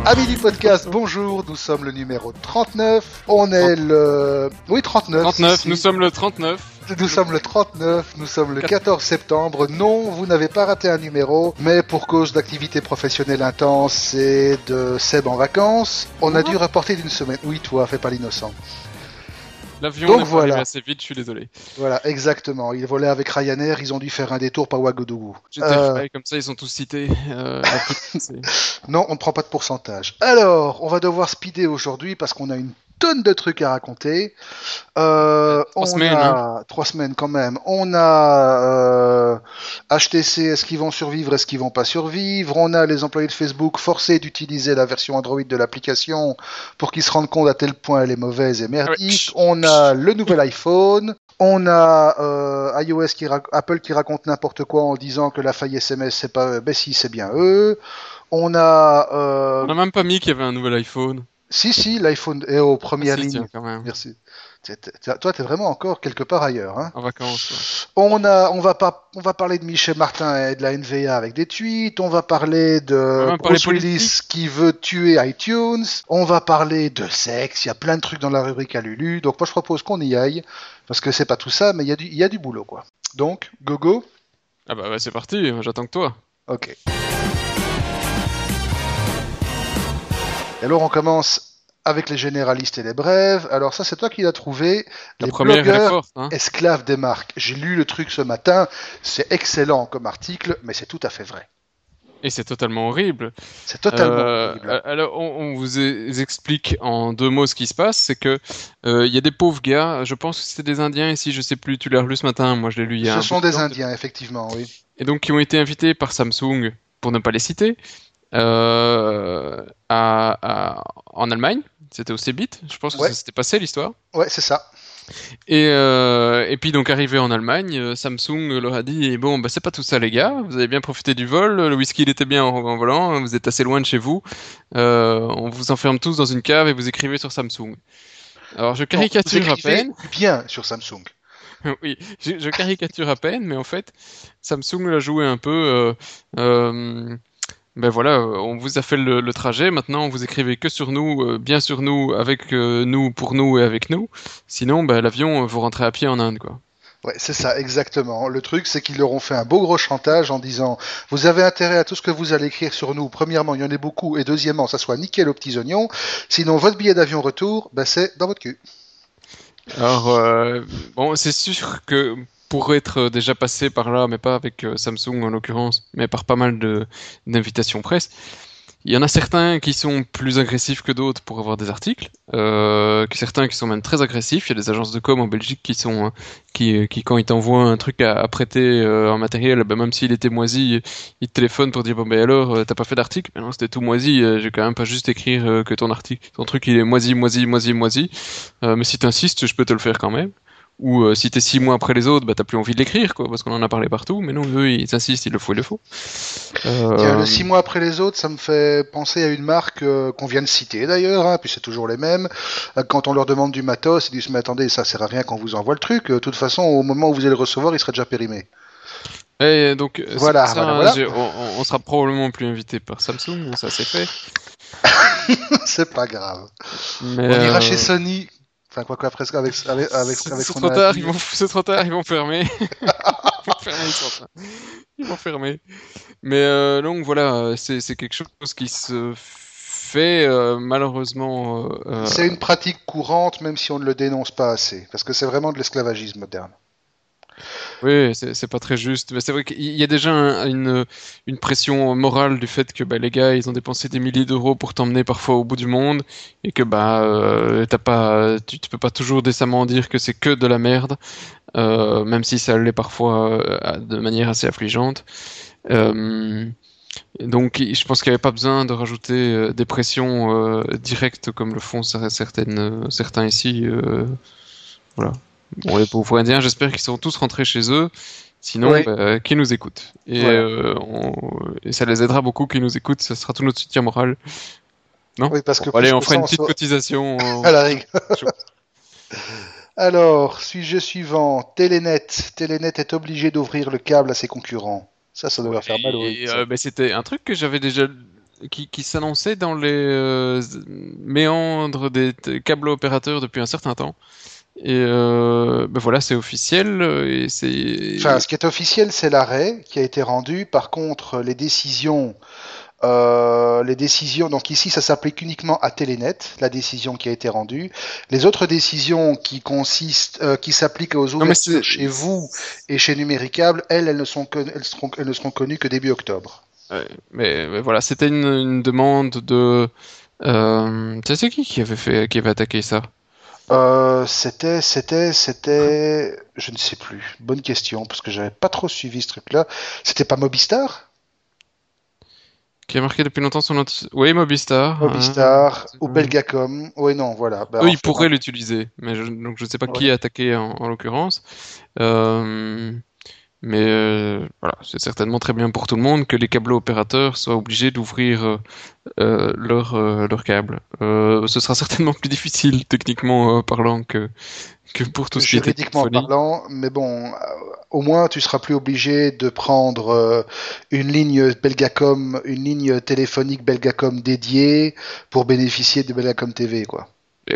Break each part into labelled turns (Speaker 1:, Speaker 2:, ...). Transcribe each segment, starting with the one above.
Speaker 1: Amis du podcast, bonjour, nous sommes le numéro 39, on est le... Oui, 39.
Speaker 2: 39, nous sommes le 39.
Speaker 1: Nous sommes le 39, nous sommes le 14 septembre. Non, vous n'avez pas raté un numéro, mais pour cause d'activité professionnelle intense et de Seb en vacances, on a dû reporter d'une semaine. Oui, toi, fais pas l'innocent.
Speaker 2: L'avion n'est pas arrivé assez vite, je suis désolé.
Speaker 1: Voilà, exactement. Ils volaient avec Ryanair, ils ont dû faire un détour par Ouagadougou.
Speaker 2: Comme ça, ils sont tous cités.
Speaker 1: Non, on ne prend pas de pourcentage. Alors, on va devoir speeder aujourd'hui parce qu'on a une tonne de trucs à raconter.
Speaker 2: 3 semaines.
Speaker 1: 3 semaines quand même. On a HTC, est-ce qu'ils vont survivre, est-ce qu'ils vont pas survivre. On a les employés de Facebook forcés d'utiliser la version Android de l'application pour qu'ils se rendent compte à tel point elle est mauvaise et merdique. On a le nouvel iPhone. On a Apple qui raconte n'importe quoi en disant que la faille SMS c'est pas eux. Ben si, c'est bien eux. On a
Speaker 2: même pas mis qu'il y avait un nouvel iPhone.
Speaker 1: Si, l'iPhone est aux premières lignes.
Speaker 2: Tiens, quand même.
Speaker 1: Merci. Toi, t'es vraiment encore quelque part ailleurs, hein.
Speaker 2: En vacances, ouais.
Speaker 1: On va parler de Michel Martin et de la NVA avec des tweets. On va parler de Bruce Willis qui veut tuer iTunes. On va parler de sexe. Il y a plein de trucs dans la rubrique à Lulu. Donc moi, je propose qu'on y aille parce que c'est pas tout ça, mais il y a du boulot, quoi. Donc, go.
Speaker 2: Ah bah ouais, c'est parti. J'attends que toi.
Speaker 1: Ok. Et alors on commence avec les généralistes et les brèves. Alors ça c'est toi qui l'as trouvé. Les blogueurs esclaves des marques. J'ai lu le truc ce matin. C'est excellent comme article, mais c'est tout à fait vrai.
Speaker 2: Et c'est totalement horrible.
Speaker 1: C'est totalement horrible.
Speaker 2: Alors on vous explique en 2 mots ce qui se passe. C'est que il y a des pauvres gars. Je pense que c'était des Indiens ici. Je sais plus. Tu l'as relu ce matin. Moi je l'ai lu il y a un peu de temps.
Speaker 1: Ce sont des Indiens effectivement, oui.
Speaker 2: Et donc qui ont été invités par Samsung, pour ne pas les citer. En Allemagne, c'était au Cebit, je pense que ça s'était passé l'histoire.
Speaker 1: Ouais, c'est ça.
Speaker 2: Et puis donc arrivé en Allemagne, Samsung leur a dit bon bah c'est pas tout ça les gars, vous avez bien profité du vol, le whisky il était bien en volant, vous êtes assez loin de chez vous, on vous enferme tous dans une cave et vous écrivez sur Samsung. Alors je caricature à peine.
Speaker 1: Bien sur Samsung.
Speaker 2: Oui, je caricature à peine, mais en fait Samsung l'a joué un peu. Ben voilà, on vous a fait le trajet, maintenant vous écrivez que sur nous, bien sur nous, avec nous, pour nous et avec nous. Sinon, ben, l'avion, vous rentrez à pied en Inde, quoi.
Speaker 1: Ouais, c'est ça, exactement. Le truc, c'est qu'ils leur ont fait un beau gros chantage en disant « Vous avez intérêt à tout ce que vous allez écrire sur nous. Premièrement, il y en a beaucoup, et deuxièmement, ça soit nickel aux petits oignons. Sinon, votre billet d'avion retour, ben, c'est dans votre cul. »
Speaker 2: Alors, bon, c'est sûr que pour être déjà passé par là, mais pas avec Samsung en l'occurrence, mais par pas mal d'invitations presse, il y en a certains qui sont plus agressifs que d'autres pour avoir des articles, certains qui sont même très agressifs. Il y a des agences de com en Belgique qui quand ils t'envoient un truc à prêter en matériel, ben même s'il était moisi, ils te téléphonent pour dire bon ben alors t'as pas fait d'article, mais non c'était tout moisi, j'ai quand même pas juste écrire que ton truc il est moisi, mais si t'insistes je peux te le faire quand même. Ou si t'es 6 mois après les autres, bah t'as plus envie de l'écrire, quoi, parce qu'on en a parlé partout. Mais non, eux, ils insistent, il le faut.
Speaker 1: Tiens, le 6 mois après les autres, ça me fait penser à une marque qu'on vient de citer d'ailleurs, hein, puis c'est toujours les mêmes. Quand on leur demande du matos, ils disent mais attendez, ça sert à rien qu'on vous envoie le truc. De toute façon, au moment où vous allez le recevoir, il sera déjà périmé.
Speaker 2: Et donc
Speaker 1: voilà.
Speaker 2: On sera probablement plus invité par Samsung, ça c'est fait.
Speaker 1: C'est pas grave.
Speaker 2: Mais
Speaker 1: on ira chez Sony. Enfin, quoi presque avec
Speaker 2: c'est trop tard, c'est trop tard, ils vont fermer. Ils vont fermer. Mais donc voilà, c'est quelque chose qui se fait malheureusement.
Speaker 1: C'est une pratique courante, même si on ne le dénonce pas assez, parce que c'est vraiment de l'esclavagisme moderne.
Speaker 2: Oui, c'est pas très juste. Mais c'est vrai qu'il y a déjà une pression morale du fait que bah, les gars, ils ont dépensé des milliers d'euros pour t'emmener parfois au bout du monde et que tu peux pas toujours décemment dire que c'est que de la merde, même si ça l'est parfois de manière assez affligeante. Donc, je pense qu'il n'y avait pas besoin de rajouter des pressions directes comme le font certains ici. Voilà. Bon, les pauvres Indiens, j'espère qu'ils sont tous rentrés chez eux. Sinon, oui. Qu'ils nous écoutent. Et, et ça les aidera beaucoup qu'ils nous écoutent. Ça sera tout notre soutien moral. Non ?
Speaker 1: Oui, parce que
Speaker 2: allez, on fera une petite cotisation.
Speaker 1: À la rigueur. Alors, sujet suivant. Telenet. Telenet est obligé d'ouvrir le câble à ses concurrents. Ça doit leur faire mal au
Speaker 2: c'était un truc que j'avais déjà qui s'annonçait dans les méandres des câbles opérateurs depuis un certain temps. Et ben voilà, c'est officiel. Et
Speaker 1: Enfin, ce qui est officiel, c'est l'arrêt qui a été rendu. Par contre, les décisions, donc ici, ça s'applique uniquement à Telenet, la décision qui a été rendue. Les autres décisions qui s'appliquent aux
Speaker 2: Non, mais
Speaker 1: ouvertures chez vous et chez Numéricable, elles ne seront connues que début octobre.
Speaker 2: ouais, mais voilà, c'était une demande de. C'est qui avait attaqué ça?
Speaker 1: Je ne sais plus. Bonne question, parce que j'avais pas trop suivi ce truc-là. C'était pas Mobistar?
Speaker 2: Qui a marqué depuis longtemps son nom. Oui, Mobistar.
Speaker 1: Mobistar ou Belgacom. Oui, non, voilà. Ben,
Speaker 2: Eux,
Speaker 1: en
Speaker 2: ils
Speaker 1: fait,
Speaker 2: pourraient l'utiliser, mais donc je ne sais pas qui
Speaker 1: ouais.
Speaker 2: a attaqué en l'occurrence. Euh, mais voilà, c'est certainement très bien pour tout le monde que les câbles opérateurs soient obligés d'ouvrir leur câble. Ce sera certainement plus difficile techniquement parlant que pour tout ce qui était
Speaker 1: Juridiquement
Speaker 2: téléphonie.
Speaker 1: parlant, mais bon, au moins tu seras plus obligé de prendre une ligne Belgacom, une ligne téléphonique Belgacom dédiée pour bénéficier de Belgacom TV, quoi.
Speaker 2: Et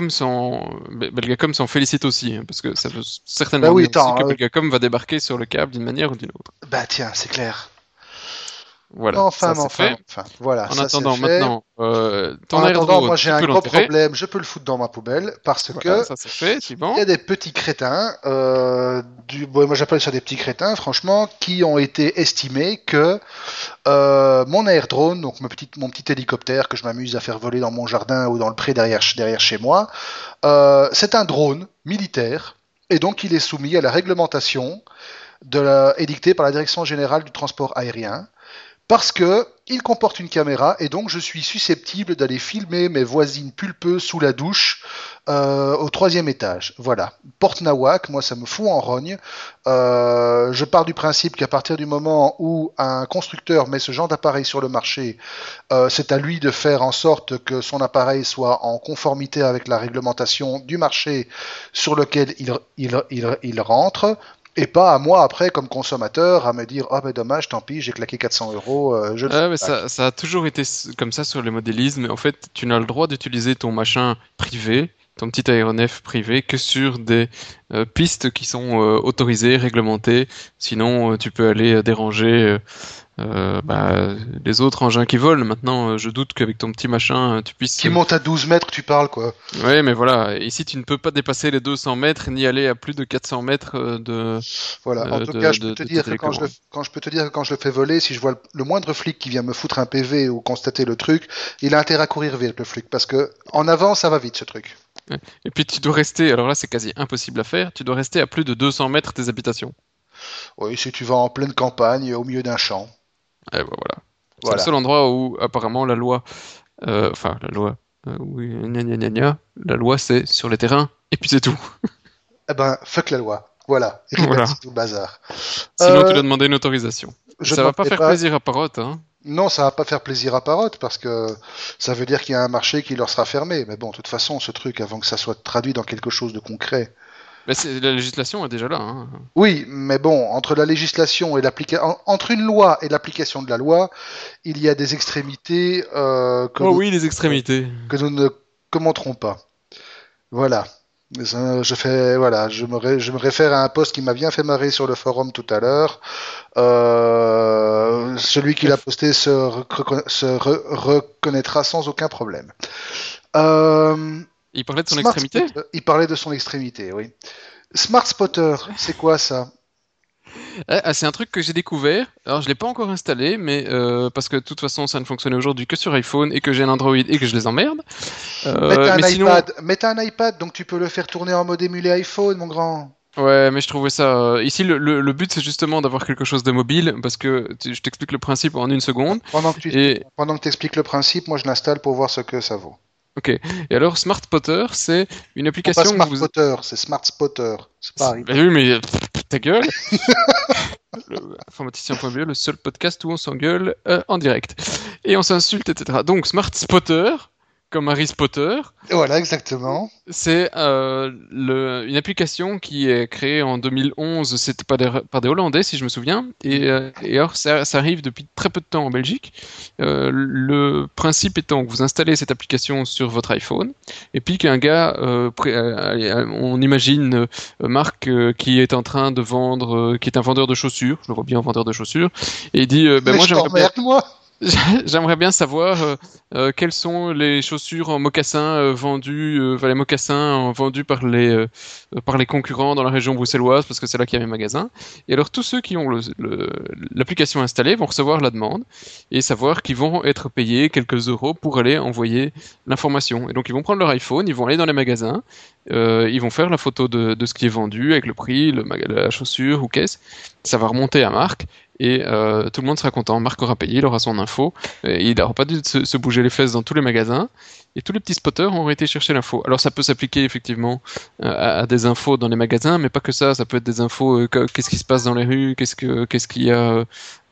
Speaker 2: Belgacom s'en félicite aussi, hein, parce que ça veut
Speaker 1: Bah
Speaker 2: certainement
Speaker 1: oui,
Speaker 2: dire aussi
Speaker 1: attends,
Speaker 2: que Belgacom va débarquer sur le câble d'une manière ou d'une autre.
Speaker 1: bah tiens, c'est clair.
Speaker 2: Voilà,
Speaker 1: Enfin,
Speaker 2: ça
Speaker 1: mais
Speaker 2: c'est
Speaker 1: enfin,
Speaker 2: fait.
Speaker 1: mais enfin. Voilà,
Speaker 2: En
Speaker 1: ça c'est
Speaker 2: attendant,
Speaker 1: fait.
Speaker 2: maintenant,
Speaker 1: En
Speaker 2: ton
Speaker 1: attendant,
Speaker 2: AirDraw,
Speaker 1: moi j'ai
Speaker 2: tu
Speaker 1: un
Speaker 2: peux
Speaker 1: gros
Speaker 2: l'enterrer.
Speaker 1: problème, je peux le foutre dans ma poubelle parce
Speaker 2: Voilà,
Speaker 1: que
Speaker 2: ça c'est fait,
Speaker 1: il y
Speaker 2: suivant.
Speaker 1: a des petits crétins, bon, moi j'appelle ça des petits crétins, franchement, qui ont été estimés que mon air-drone, donc mon petit hélicoptère que je m'amuse à faire voler dans mon jardin ou dans le pré derrière chez moi, c'est un drone militaire et donc il est soumis à la réglementation édictée par la Direction générale du transport aérien parce que il comporte une caméra et donc je suis susceptible d'aller filmer mes voisines pulpeuses sous la douche au troisième étage. Voilà. Porte Nawak, moi ça me fout en rogne. Je pars du principe qu'à partir du moment où un constructeur met ce genre d'appareil sur le marché, c'est à lui de faire en sorte que son appareil soit en conformité avec la réglementation du marché sur lequel il rentre. Et pas à moi après, comme consommateur, à me dire ah ben dommage, tant pis, j'ai claqué 400 euros, je le fous
Speaker 2: Mais
Speaker 1: back.
Speaker 2: ça a toujours été comme ça sur les modélismes. Mais en fait, tu n'as le droit d'utiliser ton machin privé, ton petit aéronef privé, que sur des pistes qui sont autorisées, réglementées. Sinon, tu peux aller déranger les autres engins qui volent. Maintenant, je doute qu'avec ton petit machin, tu puisses.
Speaker 1: Qui monte à 12 mètres, tu parles quoi.
Speaker 2: Ouais, mais voilà. Ici, tu ne peux pas dépasser les 200 mètres ni aller à plus de 400 mètres
Speaker 1: Voilà. En tout cas, je peux te
Speaker 2: de ta
Speaker 1: dire que
Speaker 2: télécommande.
Speaker 1: je peux te dire que quand je le fais voler, si je vois le moindre flic qui vient me foutre un PV ou constater le truc, il a intérêt à courir vite le flic parce que en avant, ça va vite ce truc.
Speaker 2: Ouais. Et puis, tu dois rester. Alors là, c'est quasi impossible à faire. Tu dois rester à plus de 200 mètres des habitations.
Speaker 1: Oui, si tu vas en pleine campagne, au milieu d'un champ.
Speaker 2: Et ben voilà. C'est le
Speaker 1: Voilà.
Speaker 2: seul endroit où apparemment la loi, enfin la loi, oui, gna gna gna gna, la loi c'est sur les terrains et puis c'est tout.
Speaker 1: Eh ben, fuck la loi. Voilà.
Speaker 2: Voilà.
Speaker 1: Ribati tout le bazar.
Speaker 2: Sinon tu
Speaker 1: Euh,
Speaker 2: dois demander une autorisation. Et
Speaker 1: je
Speaker 2: ça va pas
Speaker 1: demanderai
Speaker 2: faire
Speaker 1: pas.
Speaker 2: plaisir à Parrot, hein.
Speaker 1: Non, ça va pas faire plaisir à Parrot parce que ça veut dire qu'il y a un marché qui leur sera fermé. Mais bon, de toute façon, ce truc, avant que ça soit traduit dans quelque chose de concret.
Speaker 2: Mais la législation est déjà là, hein.
Speaker 1: Oui, mais bon, entre la législation et entre une loi et l'application de la loi, il y a des extrémités
Speaker 2: Oh oui, les extrémités.
Speaker 1: que nous ne commenterons pas. Voilà. Voilà, je me réfère à un post qui m'a bien fait marrer sur le forum tout à l'heure. Celui qui l'a posté reconnaîtra sans aucun problème. Euh,
Speaker 2: Il parlait de son extrémité?
Speaker 1: Il parlait de son extrémité, oui. Smart Spotter, c'est quoi ça?
Speaker 2: C'est un truc que j'ai découvert. Alors je l'ai pas encore installé, mais parce que de toute façon ça ne fonctionnait aujourd'hui que sur iPhone et que j'ai un Android et que je les emmerde. Mais sinon,
Speaker 1: Mais t'as un iPad, donc tu peux le faire tourner en mode émulé iPhone, mon grand.
Speaker 2: ouais, mais je trouvais ça. Ici, le but, c'est justement d'avoir quelque chose de mobile, parce que je t'explique le principe en une seconde. Et
Speaker 1: Pendant que tu expliques le principe, moi je l'installe pour voir ce que ça vaut.
Speaker 2: ok. Et alors, Smart Spotter, c'est une
Speaker 1: Non, pas
Speaker 2: application où
Speaker 1: Smart
Speaker 2: vous.
Speaker 1: Spotter, c'est Smart Spotter. C'est pareil.
Speaker 2: Bah oui, mais ta gueule. Informaticien.be, le seul podcast où on s'engueule en direct et on s'insulte, etc. Donc, Smart Spotter, comme Harry Potter.
Speaker 1: Voilà, exactement.
Speaker 2: C'est une application qui est créée en 2011, c'était par des Hollandais si je me souviens, et alors ça arrive depuis très peu de temps en Belgique. Le principe étant que vous installez cette application sur votre iPhone, et puis qu'un gars, on imagine Marc qui est en train de vendre, qui est un vendeur de chaussures, je le vois bien un vendeur de chaussures, et il dit
Speaker 1: Mais
Speaker 2: moi
Speaker 1: je t'emmerde, moi.
Speaker 2: J'aimerais bien savoir quelles sont les chaussures en mocassin les mocassins vendus par les concurrents dans la région bruxelloise, parce que c'est là qu'il y a mes magasins. Et alors tous ceux qui ont l'application installée vont recevoir la demande et savoir qu'ils vont être payés quelques euros pour aller envoyer l'information. Et donc ils vont prendre leur iPhone, ils vont aller dans les magasins, ils vont faire la photo de ce qui est vendu avec le prix, la chaussure ou qu'est-ce. Ça va remonter à Marc. Et tout le monde sera content. Marc aura payé, il aura son info. Et il n'aura pas dû se bouger les fesses dans tous les magasins. Et tous les petits spotters auront été chercher l'info. Alors ça peut s'appliquer effectivement à des infos dans les magasins, mais pas que ça. Ça peut être des infos. Qu'est-ce qui se passe dans les rues, qu'est-ce qu'il y a.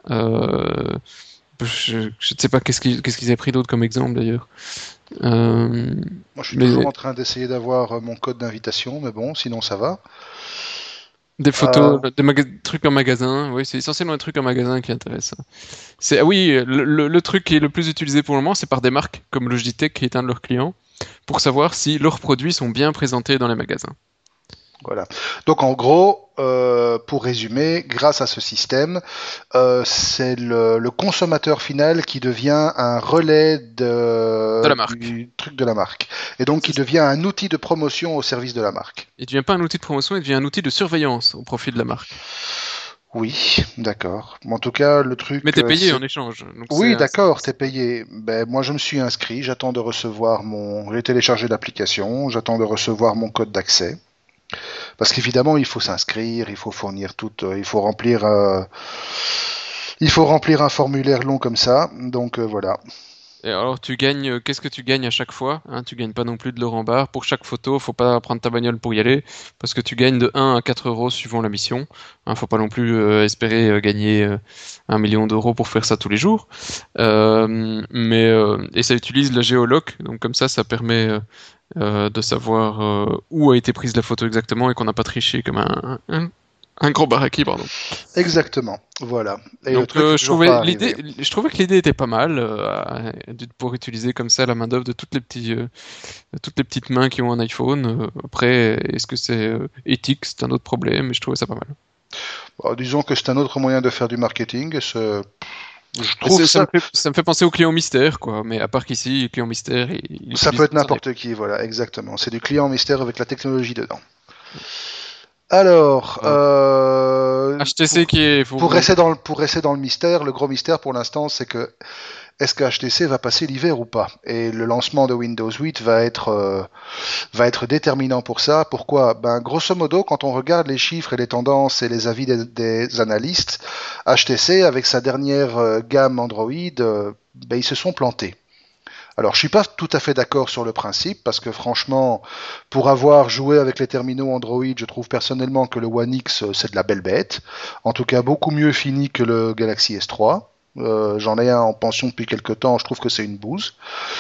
Speaker 2: Je ne sais pas qu'est-ce qu'ils avaient pris d'autre comme exemple d'ailleurs.
Speaker 1: Moi, je suis toujours en train d'essayer d'avoir mon code d'invitation, mais bon, sinon ça va.
Speaker 2: Des photos, des trucs en magasin, oui, c'est essentiellement un truc en magasin qui est intéressant. Oui, le truc qui est le plus utilisé pour le moment, c'est par des marques comme Logitech, qui est un de leurs clients, pour savoir si leurs produits sont bien présentés dans les magasins.
Speaker 1: Voilà. Donc en gros, pour résumer, grâce à ce système, c'est le consommateur final qui devient un relais
Speaker 2: de la marque.
Speaker 1: Du truc de la marque. Et donc qui devient un outil de promotion au service de la marque.
Speaker 2: Il ne devient pas un outil de promotion, il devient un outil de surveillance au profit de la marque.
Speaker 1: Oui, d'accord. En tout cas, le truc...
Speaker 2: Mais t'es payé en échange. Donc
Speaker 1: oui, d'accord, t'es payé. Ben, moi, je me suis inscrit, j'attends de recevoir j'ai téléchargé l'application, j'attends de recevoir mon code d'accès. Parce qu'évidemment, il faut s'inscrire, il faut fournir il faut remplir un formulaire long comme ça. Donc voilà.
Speaker 2: Et alors tu gagnes, qu'est-ce que tu gagnes à chaque fois, hein? Tu gagnes pas non plus de l'euro en barre. Pour chaque photo, faut pas prendre ta bagnole pour y aller, parce que tu gagnes de 1 à 4 euros suivant la mission. Hein, faut pas non plus espérer gagner 1 million d'euros pour faire ça tous les jours. Et ça utilise la géoloc, donc comme ça permet de savoir où a été prise la photo exactement et qu'on n'a pas triché comme un gros baraquis, pardon.
Speaker 1: Exactement, voilà. Et
Speaker 2: donc je trouvais que l'idée était pas mal pour utiliser comme ça la main d'œuvre de toutes les petites mains qui ont un iPhone. Après, est-ce que c'est éthique, c'est un autre problème, mais je trouvais ça pas mal.
Speaker 1: Bon, disons que c'est un autre moyen de faire du marketing. Je trouve
Speaker 2: ça me fait penser au client mystère, quoi. Mais à part qu'ici, le client mystère,
Speaker 1: ça peut être n'importe qui, voilà, exactement. C'est du client mystère avec la technologie dedans. Alors,
Speaker 2: HTC
Speaker 1: pour rester dans le mystère, le gros mystère pour l'instant, c'est que est-ce que HTC va passer l'hiver ou pas? Et le lancement de Windows 8 va être déterminant pour ça. Pourquoi? Ben, grosso modo, quand on regarde les chiffres et les tendances et les avis des analystes, HTC, avec sa dernière gamme Android, ben, ils se sont plantés. Alors, je suis pas tout à fait d'accord sur le principe, parce que franchement, pour avoir joué avec les terminaux Android, je trouve personnellement que le One X, c'est de la belle bête. En tout cas, beaucoup mieux fini que le Galaxy S3. J'en ai un en pension depuis quelques temps, je trouve que c'est une bouse.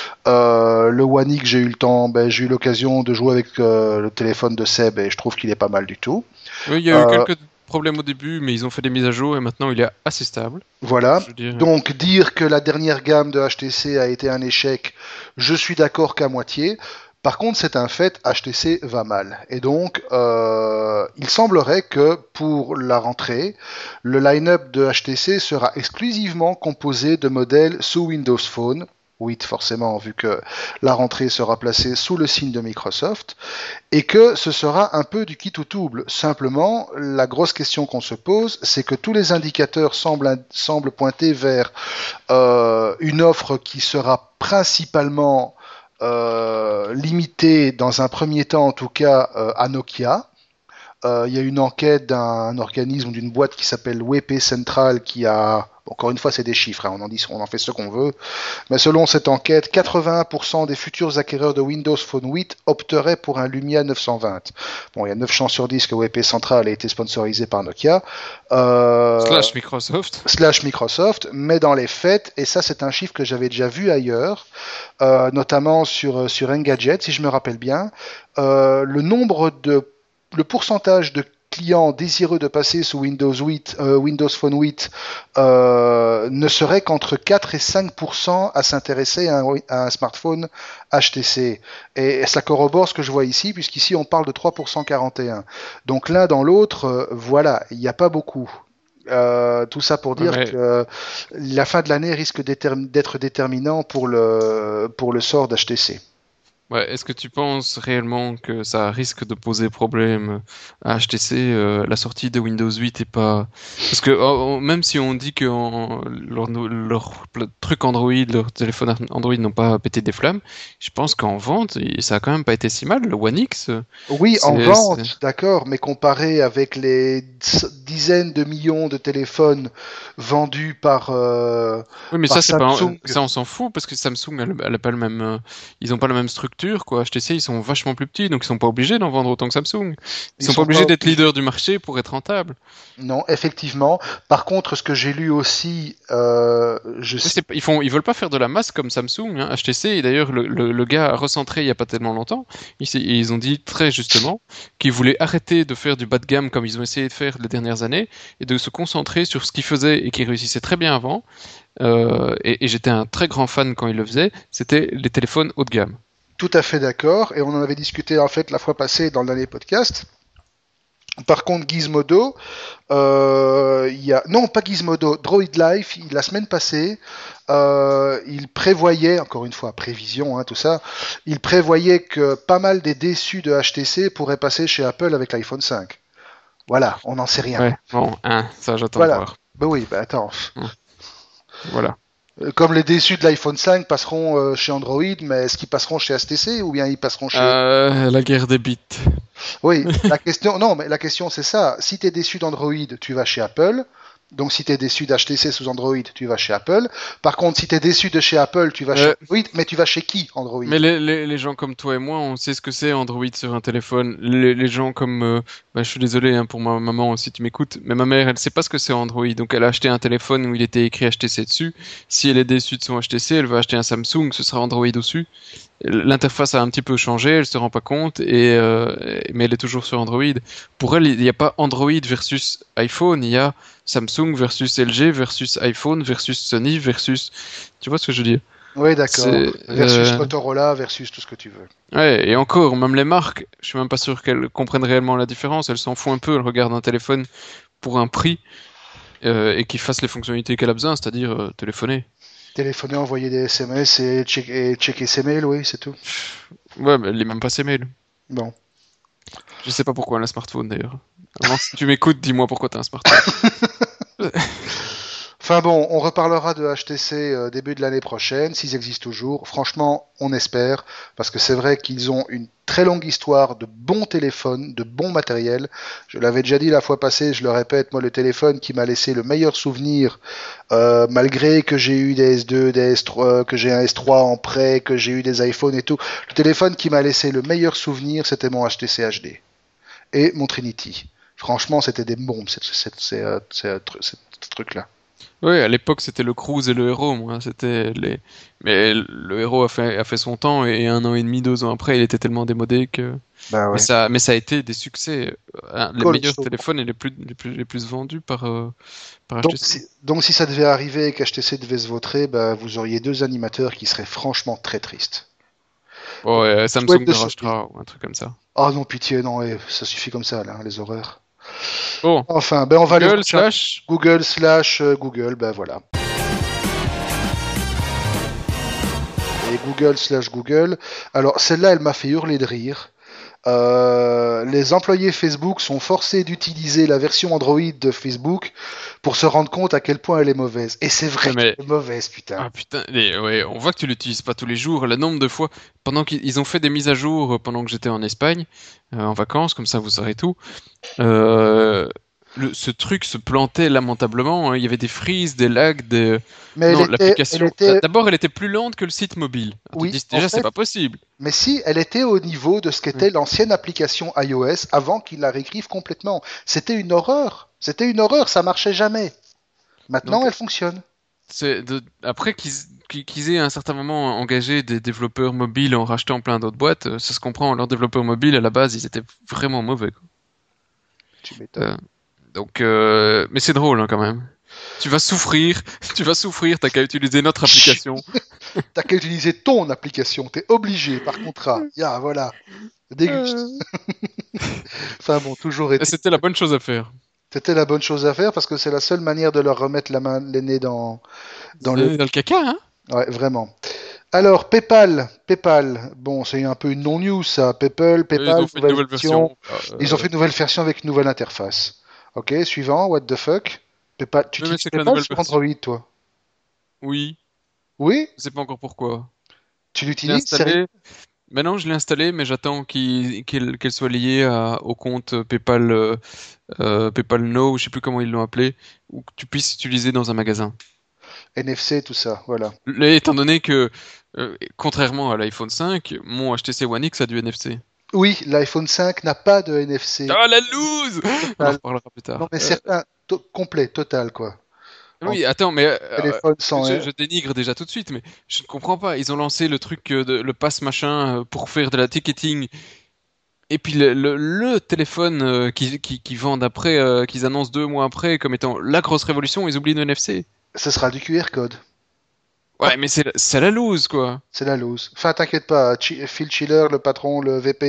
Speaker 1: Le One X, j'ai eu l'occasion de jouer avec le téléphone de Seb et je trouve qu'il est pas mal du tout.
Speaker 2: Oui, il y a eu quelques problèmes au début, mais ils ont fait des mises à jour et maintenant il est assez stable.
Speaker 1: Voilà. Donc dire que la dernière gamme de HTC a été un échec, je suis d'accord qu'à moitié. Par contre, c'est un fait, HTC va mal. Et donc, il semblerait que pour la rentrée, le line-up de HTC sera exclusivement composé de modèles sous Windows Phone. 8 forcément, vu que la rentrée sera placée sous le signe de Microsoft, et que ce sera un peu du kit ou double. Simplement, la grosse question qu'on se pose, c'est que tous les indicateurs semblent pointer vers une offre qui sera principalement limitée, dans un premier temps en tout cas, à Nokia, Il y a une enquête d'un organisme, d'une boîte qui s'appelle WP Central qui a, encore une fois, c'est des chiffres, hein, on en fait ce qu'on veut, mais selon cette enquête, 81% des futurs acquéreurs de Windows Phone 8 opteraient pour un Lumia 920. Bon, il y a 9 chances sur 10 que WP Central ait été sponsorisé par Nokia.
Speaker 2: Slash Microsoft.
Speaker 1: Slash Microsoft, mais dans les faits, et ça c'est un chiffre que j'avais déjà vu ailleurs, notamment sur Engadget, si je me rappelle bien, le pourcentage de clients désireux de passer sous Windows Phone 8 ne serait qu'entre 4 et 5% à s'intéresser à un smartphone HTC. Et ça corrobore ce que je vois ici, puisqu'ici on parle de 3% 41. Donc l'un dans l'autre, voilà, il n'y a pas beaucoup. Tout ça pour dire que la fin de l'année risque d'être déterminant pour le sort d'HTC.
Speaker 2: Ouais, est-ce que tu penses réellement que ça risque de poser problème à HTC, la sortie de Windows 8 est pas... Parce que même si on dit que leur truc Android, leur téléphone Android n'ont pas pété des flammes, je pense qu'en vente, ça a quand même pas été si mal. Le One X...
Speaker 1: Oui, en vente, d'accord, mais comparé avec les dizaines de millions de téléphones vendus par
Speaker 2: oui, mais
Speaker 1: par
Speaker 2: ça,
Speaker 1: Samsung...
Speaker 2: ça on s'en fout, parce que Samsung, elle a pas le même... ils ont pas la même structure, quoi. HTC, ils sont vachement plus petits, donc ils sont pas obligés d'en vendre autant que Samsung. Ils sont pas obligés d'être leader du marché pour être rentable.
Speaker 1: Non, effectivement. Par contre, ce que j'ai lu aussi,
Speaker 2: ils veulent pas faire de la masse comme Samsung, hein. HTC, et d'ailleurs, le gars a recentré il y a pas tellement longtemps. Ils ont dit très justement qu'ils voulaient arrêter de faire du bas de gamme comme ils ont essayé de faire les dernières années et de se concentrer sur ce qu'ils faisaient et qui réussissait très bien avant. Et j'étais un très grand fan quand ils le faisaient. C'était les téléphones haut de gamme.
Speaker 1: Tout à fait d'accord, et on en avait discuté en fait la fois passée dans le dernier podcast. Par contre, Gizmodo, non pas Gizmodo, Droid Life, la semaine passée, il prévoyait, encore une fois, prévision, hein, tout ça, il prévoyait que pas mal des déçus de HTC pourraient passer chez Apple avec l'iPhone 5. Voilà, on n'en sait rien.
Speaker 2: Ouais, bon, ça j'attends de voir.
Speaker 1: Ben oui, ben attends.
Speaker 2: Voilà.
Speaker 1: Comme les déçus de l'iPhone 5 passeront chez Android, mais est-ce qu'ils passeront chez HTC ou bien ils passeront chez...
Speaker 2: La guerre des bits.
Speaker 1: Oui, la question c'est ça. Si tu es déçu d'Android, tu vas chez Apple. Donc si tu es déçu d'HTC sous Android, tu vas chez Apple. Par contre, si tu es déçu de chez Apple, tu vas chez Android, mais tu vas chez qui Android?
Speaker 2: Mais les gens comme toi et moi, on sait ce que c'est Android sur un téléphone. Les gens comme... je suis désolé hein, pour ma maman si tu m'écoutes, mais ma mère, elle sait pas ce que c'est Android. Donc elle a acheté un téléphone où il était écrit HTC dessus. Si elle est déçue de son HTC, elle va acheter un Samsung, ce sera Android dessus. L'interface a un petit peu changé, elle se rend pas compte, mais elle est toujours sur Android. Pour elle, il n'y a pas Android versus iPhone, il y a Samsung versus LG versus iPhone versus Sony versus... Tu vois ce que je veux dire?
Speaker 1: Oui, d'accord. Versus Motorola versus tout ce que tu veux.
Speaker 2: Ouais, et encore, même les marques, je suis même pas sûr qu'elles comprennent réellement la différence. Elles s'en foutent un peu, elles regardent un téléphone pour un prix et qu'il fasse les fonctionnalités qu'elle a besoin, c'est-à-dire téléphoner.
Speaker 1: Téléphoner, envoyer des SMS et checker ses mails, oui, c'est tout.
Speaker 2: Ouais, mais elle lit même pas ses mails.
Speaker 1: Bon.
Speaker 2: Je sais pas pourquoi elle a un smartphone d'ailleurs. Alors, si tu m'écoutes, dis-moi pourquoi t'as un smartphone.
Speaker 1: Enfin bon, on reparlera de HTC début de l'année prochaine, s'ils existent toujours. Franchement, on espère, parce que c'est vrai qu'ils ont une très longue histoire de bons téléphones, de bons matériels. Je l'avais déjà dit la fois passée, je le répète, moi le téléphone qui m'a laissé le meilleur souvenir, malgré que j'ai eu des S2, des S3, que j'ai un S3 en prêt, que j'ai eu des iPhones et tout, le téléphone qui m'a laissé le meilleur souvenir, c'était mon HTC HD et mon Trinity. Franchement, c'était des bombes, ce truc-là.
Speaker 2: Oui, à l'époque c'était le Cruise et le Hero, moi. Mais le Hero a fait son temps et 1 an et demi, 2 ans après, il était tellement démodé que.
Speaker 1: Bah ouais.
Speaker 2: Mais ça a été des succès. Les meilleurs téléphones et les plus vendus par HTC.
Speaker 1: Donc si ça devait arriver et qu'HTC devait se vautrer, bah, vous auriez 2 animateurs qui seraient franchement très tristes.
Speaker 2: Ouais, Samsung le rachètera ou un truc comme ça.
Speaker 1: Oh non, pitié, non, ça suffit comme ça, là, les horreurs.
Speaker 2: Bon.
Speaker 1: Enfin, ben on va
Speaker 2: Google
Speaker 1: Google, ben voilà. Et Google/Google. Alors, celle-là, elle m'a fait hurler de rire. les employés Facebook sont forcés d'utiliser la version Android de Facebook pour se rendre compte à quel point elle est mauvaise. Et c'est vrai
Speaker 2: Mais
Speaker 1: qu'elle est mauvaise, putain.
Speaker 2: ah putain, ouais, on voit que tu l'utilises pas tous les jours. Le nombre de fois, pendant qu'ils ont fait des mises à jour pendant que j'étais en Espagne, en vacances, comme ça vous saurez tout. Euh, ce truc se plantait lamentablement, hein. Il y avait des freezes, des lags,
Speaker 1: Mais
Speaker 2: non,
Speaker 1: elle
Speaker 2: l'application.
Speaker 1: était,
Speaker 2: D'abord, elle était plus lente que le site mobile. Alors, tu te
Speaker 1: oui,
Speaker 2: dis
Speaker 1: en
Speaker 2: déjà, c'est
Speaker 1: fait,
Speaker 2: pas possible.
Speaker 1: mais si, elle était au niveau de ce qu'était l'ancienne application iOS avant qu'ils la réécrivent complètement. C'était une horreur. C'était une horreur, ça marchait jamais. Maintenant,
Speaker 2: Donc,
Speaker 1: elle fonctionne.
Speaker 2: après qu'ils aient à un certain moment engagé des développeurs mobiles en rachetant plein d'autres boîtes, ça se comprend. Leurs développeurs mobiles, à la base, ils étaient vraiment mauvais, quoi.
Speaker 1: Tu m'étonnes.
Speaker 2: Donc, mais c'est drôle, hein, quand même. Tu vas souffrir, t'as qu'à utiliser notre application.
Speaker 1: T'as qu'à utiliser ton application, t'es obligé par contrat. Voilà. Déguste. Enfin bon, toujours
Speaker 2: Et
Speaker 1: est.
Speaker 2: c'était la bonne chose à faire.
Speaker 1: C'était la bonne chose à faire parce que c'est la seule manière de leur remettre les nez dans le.
Speaker 2: Dans le caca, hein?
Speaker 1: Ouais, vraiment. Alors, PayPal, bon, c'est un peu une non-news ça.
Speaker 2: Ils
Speaker 1: PayPal,
Speaker 2: ont fait une nouvelle
Speaker 1: version.
Speaker 2: version.
Speaker 1: Ils ont fait une nouvelle version avec une nouvelle interface. Ok, suivant, what the fuck. PayPal, tu
Speaker 2: Mais
Speaker 1: utilises
Speaker 2: c'est que la
Speaker 1: PayPal
Speaker 2: nouvelle
Speaker 1: sur
Speaker 2: version.
Speaker 1: Android, toi?
Speaker 2: Oui,
Speaker 1: Oui?
Speaker 2: je sais pas encore pourquoi.
Speaker 1: Tu
Speaker 2: Je l'ai
Speaker 1: l'utilises? Sérieux?
Speaker 2: installé. Maintenant, je l'ai installé, mais j'attends qu'elle soit liée au compte PayPal, PayPal Now, je sais plus comment ils l'ont appelé, ou que tu puisses utiliser dans un magasin.
Speaker 1: NFC, tout ça, voilà.
Speaker 2: Là, étant donné que, contrairement à l'iPhone 5, mon HTC One X a du NFC.
Speaker 1: Oui, l'iPhone 5 n'a pas de NFC.
Speaker 2: Ah, la loose! On en
Speaker 1: Total.
Speaker 2: reparlera plus
Speaker 1: Non,
Speaker 2: tard.
Speaker 1: mais certains, complet, total, quoi. En
Speaker 2: Oui, attends, mais
Speaker 1: téléphone sans
Speaker 2: je dénigre déjà tout de suite, mais je ne comprends pas. Ils ont lancé le truc, le pass machin, pour faire de la ticketing. Et puis le téléphone qu'ils vendent après, qu'ils annoncent 2 mois après comme étant la grosse révolution, ils oublient le NFC.
Speaker 1: ce sera du QR code.
Speaker 2: Ouais, mais c'est la loose, quoi.
Speaker 1: C'est la loose. Enfin, t'inquiète pas, Phil Schiller, le patron,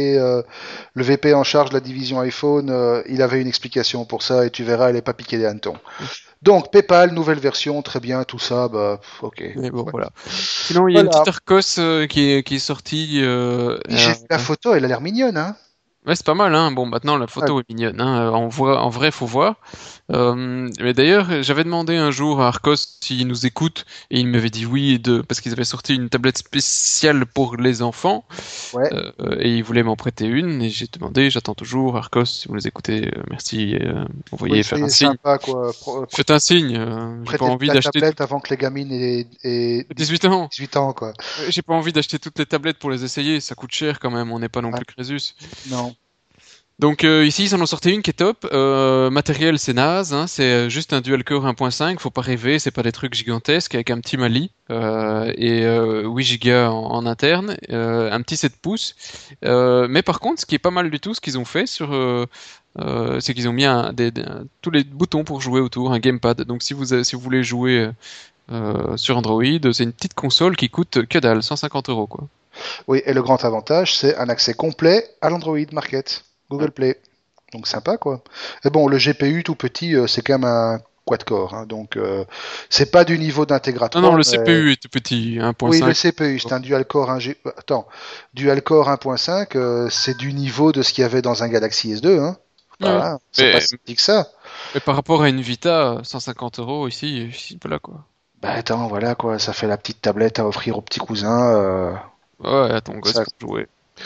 Speaker 1: le VP en charge de la division iPhone, il avait une explication pour ça et tu verras, elle est pas piquée des hannetons. Donc, PayPal, nouvelle version, très bien, tout ça, bah, ok.
Speaker 2: Mais bon,
Speaker 1: Ouais.
Speaker 2: voilà. Sinon, il y a une
Speaker 1: Voilà.
Speaker 2: petite Arcos qui est sortie.
Speaker 1: Oui, j'ai vu la photo, elle a l'air mignonne, hein.
Speaker 2: Ouais, c'est pas mal, hein. Bon, maintenant, la
Speaker 1: Ouais.
Speaker 2: photo est mignonne, hein. En vrai, faut voir. Mais d'ailleurs, j'avais demandé un jour à Arcos s'il nous écoute, et il m'avait dit oui, parce qu'ils avaient sorti une tablette spéciale pour les enfants,
Speaker 1: Ouais.
Speaker 2: et ils voulaient m'en prêter une, et j'ai demandé, j'attends toujours, Arcos, si vous nous écoutez, merci,
Speaker 1: Oui,
Speaker 2: envoyez, faire un
Speaker 1: soyez
Speaker 2: signe.
Speaker 1: sympa, quoi.
Speaker 2: Faites un signe, j'ai pas
Speaker 1: Prêtez
Speaker 2: envie
Speaker 1: la
Speaker 2: d'acheter
Speaker 1: tablette avant que les gamines aient
Speaker 2: 18 ans.
Speaker 1: 18 ans, quoi.
Speaker 2: J'ai pas envie d'acheter toutes les tablettes pour les essayer, ça coûte cher quand même, on n'est pas non
Speaker 1: Ouais.
Speaker 2: plus Crésus.
Speaker 1: Non.
Speaker 2: Donc ici ils en ont sorti une qui est top. Matériel c'est naze, hein, c'est juste un dual core 1.5, faut pas rêver, c'est pas des trucs gigantesques avec un petit Mali et 8 Go en interne, un petit 7 pouces. Mais par contre, ce qui est pas mal du tout, ce qu'ils ont fait c'est qu'ils ont mis tous les boutons pour jouer autour, un gamepad. Donc si vous voulez jouer sur Android, c'est une petite console qui coûte que dalle, 150 euros quoi.
Speaker 1: Oui, et le grand avantage, c'est un accès complet à l'Android Market,
Speaker 2: Ouais.
Speaker 1: Google Play. Donc sympa, quoi. Et bon, le GPU tout petit, c'est quand même un quad-core, hein, donc c'est pas du niveau d'Integra
Speaker 2: Non, non,
Speaker 1: 3,
Speaker 2: le
Speaker 1: mais...
Speaker 2: CPU est tout petit,
Speaker 1: Oui, le
Speaker 2: 1.5.
Speaker 1: CPU, c'est un dual-core Attends, dual-core 1.5, c'est du niveau de ce qu'il y avait dans un Galaxy S2, hein.
Speaker 2: Ouais.
Speaker 1: Voilà, c'est pas
Speaker 2: Mais,
Speaker 1: si petit que ça.
Speaker 2: mais par rapport à une Vita, 150 euros ici, voilà quoi.
Speaker 1: Bah attends, voilà, quoi, ça fait la petite tablette à offrir au petit cousin.
Speaker 2: Ouais, à ton gosse
Speaker 1: Ça...
Speaker 2: pour jouer.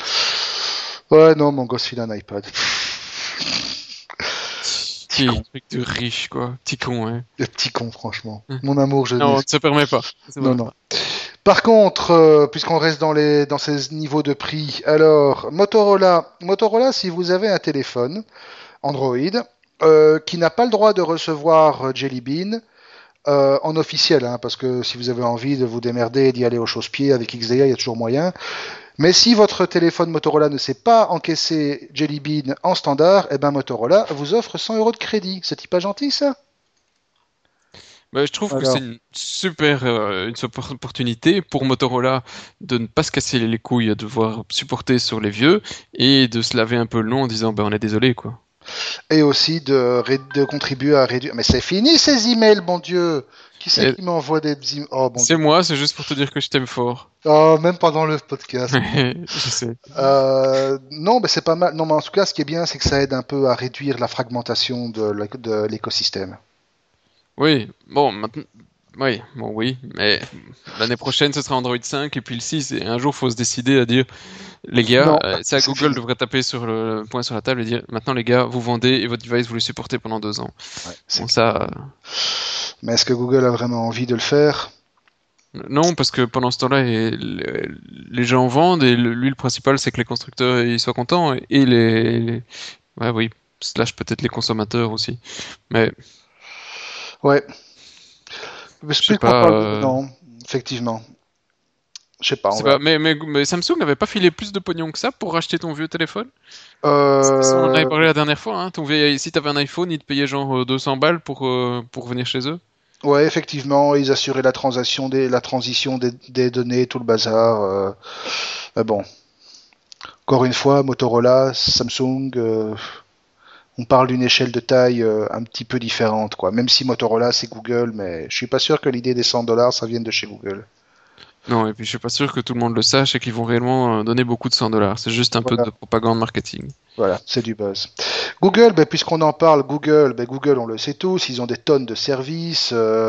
Speaker 1: Ouais, non, mon gosse file un iPad.
Speaker 2: Petit truc de riche, quoi. Petit con, hein.
Speaker 1: Le petit con, franchement.
Speaker 2: Hein.
Speaker 1: Mon amour, je
Speaker 2: Non,
Speaker 1: n'ai
Speaker 2: on ne se permet pas.
Speaker 1: Non, non. Par contre, puisqu'on reste dans ces niveaux de prix, alors Motorola, si vous avez un téléphone Android qui n'a pas le droit de recevoir Jelly Bean en officiel, hein, parce que si vous avez envie de vous démerder et d'y aller au chausse-pied avec XDA, il y a toujours moyen. Mais si votre téléphone Motorola ne sait pas encaisser Jelly Bean en standard, eh ben Motorola vous offre 100 euros de crédit. C'est pas gentil ça?
Speaker 2: Bah, je trouve que c'est
Speaker 1: Alors,
Speaker 2: une super opportunité pour Motorola de ne pas se casser les couilles à devoir supporter sur les vieux et de se laver un peu le nom en disant ben on est désolé quoi.
Speaker 1: Et aussi de contribuer à réduire. Mais c'est fini ces emails, bon Dieu! Qui c'est qui m'envoie des emails? Oh bon
Speaker 2: C'est
Speaker 1: Dieu.
Speaker 2: moi, c'est juste pour te dire que je t'aime fort.
Speaker 1: Oh, même pendant le podcast.
Speaker 2: Je sais.
Speaker 1: Non, mais c'est pas mal. Non, mais en tout cas, ce qui est bien, c'est que ça aide un peu à réduire la fragmentation de l'écosystème.
Speaker 2: Oui, bon, maintenant... Oui, bon, oui, mais l'année prochaine, ce sera Android 5 et puis le 6, et un jour, faut se décider à dire, les gars,
Speaker 1: Non,
Speaker 2: ça,
Speaker 1: c'est
Speaker 2: Google
Speaker 1: fini.
Speaker 2: devrait taper sur le point sur la table et dire, maintenant, les gars, vous vendez et votre device, vous le supportez pendant 2 ans.
Speaker 1: Ouais,
Speaker 2: Bon,
Speaker 1: c'est
Speaker 2: ça,
Speaker 1: Mais est-ce que Google a vraiment envie de le faire?
Speaker 2: non, parce que pendant ce temps-là, les gens vendent et lui, le principal, c'est que les constructeurs, ils soient contents et ouais, oui, slash peut-être les consommateurs aussi. Mais,
Speaker 1: Ouais. Mais
Speaker 2: je sais
Speaker 1: plus qu'on
Speaker 2: pas,
Speaker 1: parle de... Non, effectivement. Je sais pas, on
Speaker 2: c'est
Speaker 1: verra.
Speaker 2: pas, mais Samsung n'avait pas filé plus de pognon que ça pour racheter ton vieux téléphone? On en avait
Speaker 1: Euh...
Speaker 2: parlé la dernière fois, hein. Si t'avais un iPhone, ils te payaient genre 200 balles pour venir chez eux.
Speaker 1: Ouais, effectivement, ils assuraient la transition des données, tout le bazar. Mais bon, encore une fois, Motorola, Samsung, on parle d'une échelle de taille un petit peu différente, quoi. Même si Motorola, c'est Google, mais je suis pas sûr que l'idée des $100, ça vienne de chez Google.
Speaker 2: Non, et puis je suis pas sûr que tout le monde le sache et qu'ils vont réellement donner beaucoup de 100 dollars. C'est juste un peu
Speaker 1: Voilà.
Speaker 2: de propagande marketing.
Speaker 1: Voilà, c'est du buzz. Google, ben, puisqu'on en parle, Google, on le sait tous, ils ont des tonnes de services,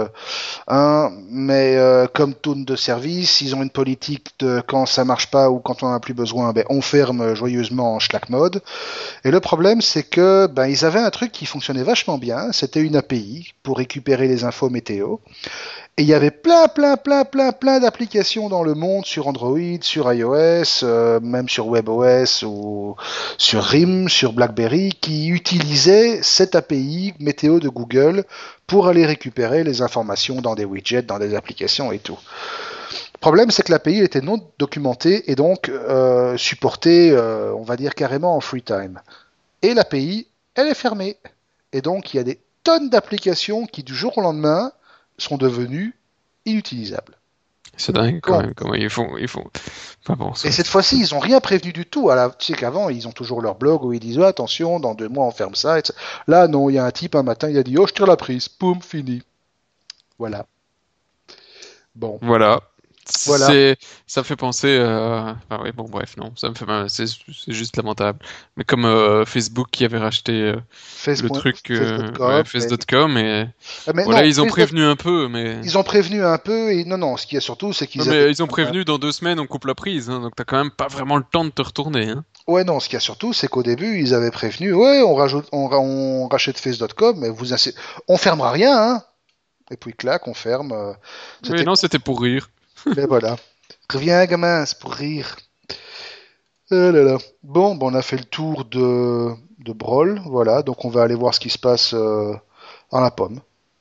Speaker 1: mais comme tonnes de services, ils ont une politique de quand ça marche pas ou quand on en a plus besoin, ben, on ferme joyeusement en schlag mode. Et le problème, c'est que ben, ils avaient un truc qui fonctionnait vachement bien, c'était une API pour récupérer les infos météo. Et il y avait plein d'applications dans le monde sur Android, sur iOS, même sur WebOS ou sur RIM, sur BlackBerry, qui utilisaient cette API météo de Google pour aller récupérer les informations dans des widgets, dans des applications et tout. Le problème, c'est que l'API était non documentée et donc supportée, on va dire carrément en free time. Et l'API, elle est fermée. Et donc, il y a des tonnes d'applications qui, du jour au lendemain, sont devenues inutilisables.
Speaker 2: C'est dingue quand
Speaker 1: Bon.
Speaker 2: même, comment ils font. Enfin bon,
Speaker 1: Et cette
Speaker 2: soit.
Speaker 1: fois-ci, ils n'ont rien prévenu du tout. Tu sais qu'avant, ils ont toujours leur blog où ils disent oh, attention, dans 2 mois, on ferme ça. Etc. Là, non, il y a un type un matin, il a dit oh, je tire la prise. Poum, fini. Voilà. Bon.
Speaker 2: Voilà.
Speaker 1: Voilà.
Speaker 2: Ça me fait penser, enfin oui, bon, bref, non, ça me fait mal, c'est juste lamentable. Mais comme Facebook qui avait racheté le truc, ouais,
Speaker 1: Face.com.
Speaker 2: Face.com et
Speaker 1: Mais
Speaker 2: voilà,
Speaker 1: non,
Speaker 2: ils ont prévenu un peu, mais
Speaker 1: ils ont prévenu un peu. Et non, non, ce qu'il y a surtout, c'est
Speaker 2: ouais,
Speaker 1: qu'ils avaient.
Speaker 2: mais ils ont prévenu dans 2 semaines on coupe la prise, hein, donc t'as quand même pas vraiment le temps de te retourner, hein.
Speaker 1: Ouais, non, ce qu'il y a surtout, c'est qu'au début, ils avaient prévenu, ouais, on rachète Face.com, mais on fermera rien, hein. Et puis, clac, on ferme.
Speaker 2: Oui,
Speaker 1: C'était
Speaker 2: non,
Speaker 1: con.
Speaker 2: c'était pour rire.
Speaker 1: Mais voilà. Reviens, gamin, c'est pour rire. Oh là là. Bon, on a fait le tour de Brawl, voilà. Donc, on va aller voir ce qui se passe dans la pomme.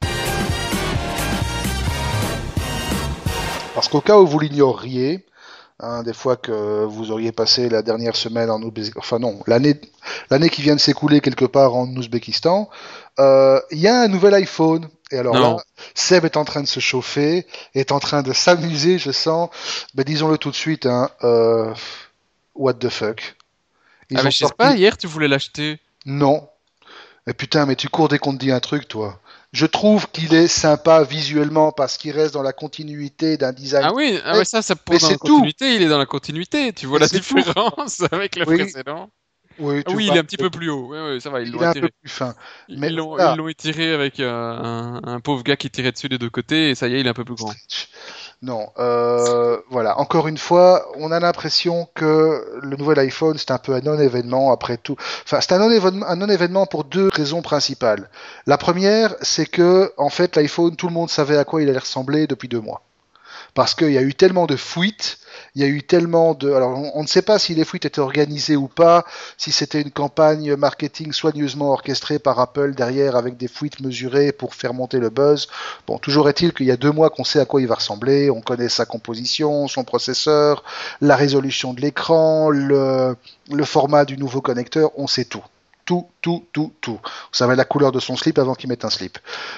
Speaker 1: Parce qu'au cas où vous l'ignoriez, hein, des fois que vous auriez passé la dernière semaine en Ouzbékistan, enfin non, l'année qui vient de s'écouler quelque part en Ouzbékistan, il y a un nouvel iPhone. Et alors là,
Speaker 2: Non.
Speaker 1: Seb est en train de se chauffer, est en train de s'amuser, je sens. Ben, disons-le tout de suite, hein, what the fuck.
Speaker 2: Ah
Speaker 1: Ils
Speaker 2: mais
Speaker 1: ont
Speaker 2: je sais pas,
Speaker 1: sorti.
Speaker 2: hier tu voulais l'acheter.
Speaker 1: Non. Mais putain, mais tu cours dès qu'on te dit un truc, toi. Je trouve qu'il est sympa visuellement parce qu'il reste dans la continuité d'un design.
Speaker 2: Ah oui, ah ouais, ça
Speaker 1: Mais
Speaker 2: pour dans la
Speaker 1: c'est tout.
Speaker 2: continuité, il est dans la continuité. Tu vois
Speaker 1: Mais
Speaker 2: la
Speaker 1: c'est tout.
Speaker 2: différence avec le
Speaker 1: Oui,
Speaker 2: précédent.
Speaker 1: oui,
Speaker 2: Ah
Speaker 1: tu
Speaker 2: oui, il est
Speaker 1: vois.
Speaker 2: un petit peu plus haut. Ouais, ouais, ça va, ils
Speaker 1: Il
Speaker 2: l'ont
Speaker 1: est un peu
Speaker 2: attiré.
Speaker 1: plus fin. Mais
Speaker 2: Ils
Speaker 1: voilà.
Speaker 2: l'ont étiré avec un pauvre gars qui tirait dessus des deux côtés, et ça y est, il est un peu plus grand.
Speaker 1: Non, voilà. Encore une fois, on a l'impression que le nouvel iPhone, c'est un peu un non-événement après tout. Enfin, c'est un non-événement pour deux raisons principales. La première, c'est que, en fait, l'iPhone, tout le monde savait à quoi il allait ressembler depuis 2 mois. Parce qu'il y a eu tellement de fuites, il y a eu tellement de... Alors, on ne sait pas si les fuites étaient organisées ou pas, si c'était une campagne marketing soigneusement orchestrée par Apple derrière avec des fuites mesurées pour faire monter le buzz. Bon, toujours est-il qu'il y a 2 mois qu'on sait à quoi il va ressembler, on connaît sa composition, son processeur, la résolution de l'écran, le format du nouveau connecteur, on sait tout. Tout. Vous savez la couleur de son slip avant qu'il mette un slip.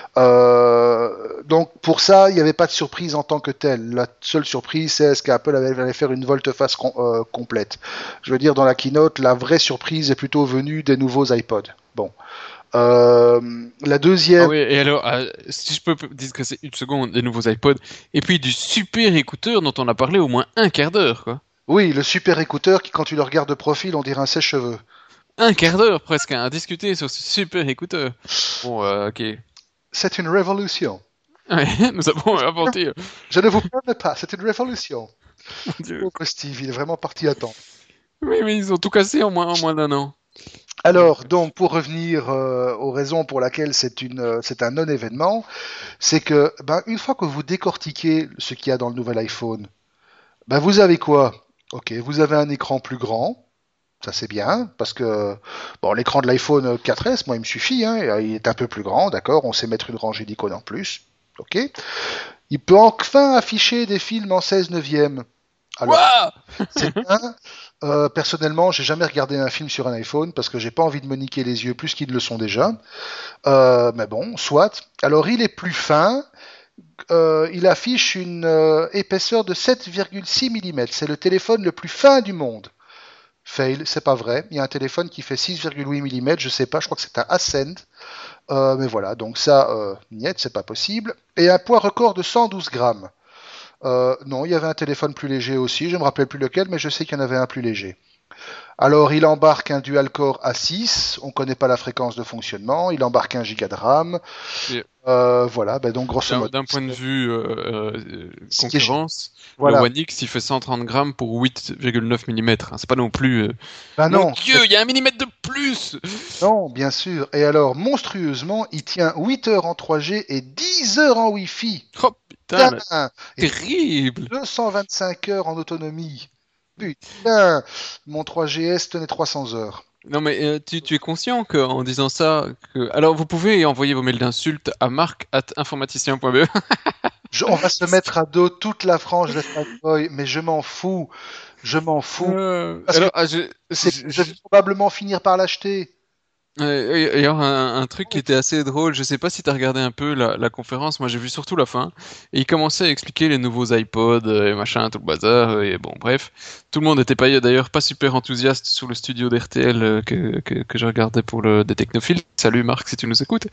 Speaker 1: Donc pour ça, il n'y avait pas de surprise en tant que telle. La seule surprise, c'est est-ce qu'Apple allait faire une volte-face complète. Je veux dire, dans la keynote, la vraie surprise est plutôt venue des nouveaux iPods. Bon. La deuxième...
Speaker 2: Ah oui, et alors, si je peux digresser une seconde, les nouveaux iPods, et puis du super écouteur dont on a parlé au moins un quart d'heure, quoi.
Speaker 1: Oui, le super écouteur qui, quand tu le regardes de profil, on dirait un sèche-cheveux.
Speaker 2: Un quart d'heure presque à discuter sur ce super écouteur. Bon, ok.
Speaker 1: C'est une révolution.
Speaker 2: Ouais, nous avons inventé.
Speaker 1: Je ne vous permets pas, c'est une révolution.
Speaker 2: Mon Dieu.
Speaker 1: Pauvre Steve, il est vraiment parti à temps.
Speaker 2: Oui, mais ils ont tout cassé en moins d'un an.
Speaker 1: Alors, donc, pour revenir aux raisons pour lesquelles c'est un non-événement, c'est que, une fois que vous décortiquez ce qu'il y a dans le nouvel iPhone, vous avez quoi? Ok, vous avez un écran plus grand, ça c'est bien, parce que, bon, l'écran de l'iPhone 4S, moi, il me suffit, hein, il est un peu plus grand, d'accord, on sait mettre une rangée d'icônes en plus, ok. Il peut enfin afficher des films en 16 neuvième. Alors,
Speaker 2: Ouah
Speaker 1: c'est bien. Personnellement, j'ai jamais regardé un film sur un iPhone parce que j'ai pas envie de me niquer les yeux plus qu'ils ne le sont déjà. Mais bon, soit. Alors, il est plus fin. Il affiche une épaisseur de 7,6 mm. C'est le téléphone le plus fin du monde. Fail, c'est pas vrai. Il y a un téléphone qui fait 6,8 mm. Je sais pas, je crois que c'est un Ascend. Mais voilà, donc ça, niet, c'est pas possible. Et un poids record de 112 grammes. Non, il y avait un téléphone plus léger aussi, je me rappelle plus lequel, mais je sais qu'il y en avait un plus léger. Alors, il embarque un dual-core A6, on ne connaît pas la fréquence de fonctionnement, il embarque 1 giga de RAM.
Speaker 2: Et
Speaker 1: Voilà, donc grosso modo.
Speaker 2: d'un point de vue
Speaker 1: Ce qui est-
Speaker 2: concurrence,
Speaker 1: Voilà.
Speaker 2: le One X il fait 130 grammes pour 8,9 mm. C'est pas non plus. Mon
Speaker 1: Non,
Speaker 2: Dieu, il y a un millimètre de plus!
Speaker 1: non, bien sûr. Et alors, monstrueusement, il tient 8 heures en 3G et 10 heures en Wi-Fi.
Speaker 2: Oh putain, mais
Speaker 1: Putain, et
Speaker 2: terrible!
Speaker 1: 225 heures en autonomie. Putain, mon 3GS tenait 300 heures.
Speaker 2: Non mais tu es conscient qu'en disant ça, alors vous pouvez envoyer vos mails d'insultes à marc@informaticien.be.
Speaker 1: On va se mettre à dos toute la frange des fanboys, mais je m'en fous. Je m'en fous. Parce
Speaker 2: Alors,
Speaker 1: que je vais probablement finir par l'acheter.
Speaker 2: il y a un truc qui était assez drôle. Je sais pas si t'as regardé un peu la conférence. Moi, j'ai vu surtout la fin. Et il commençait à expliquer les nouveaux iPods et machin, tout le bazar. Et bon, bref, tout le monde n'était pas d'ailleurs pas super enthousiaste sur le studio d'RTL que je regardais pour des technophiles. Salut Marc, si tu nous écoutes.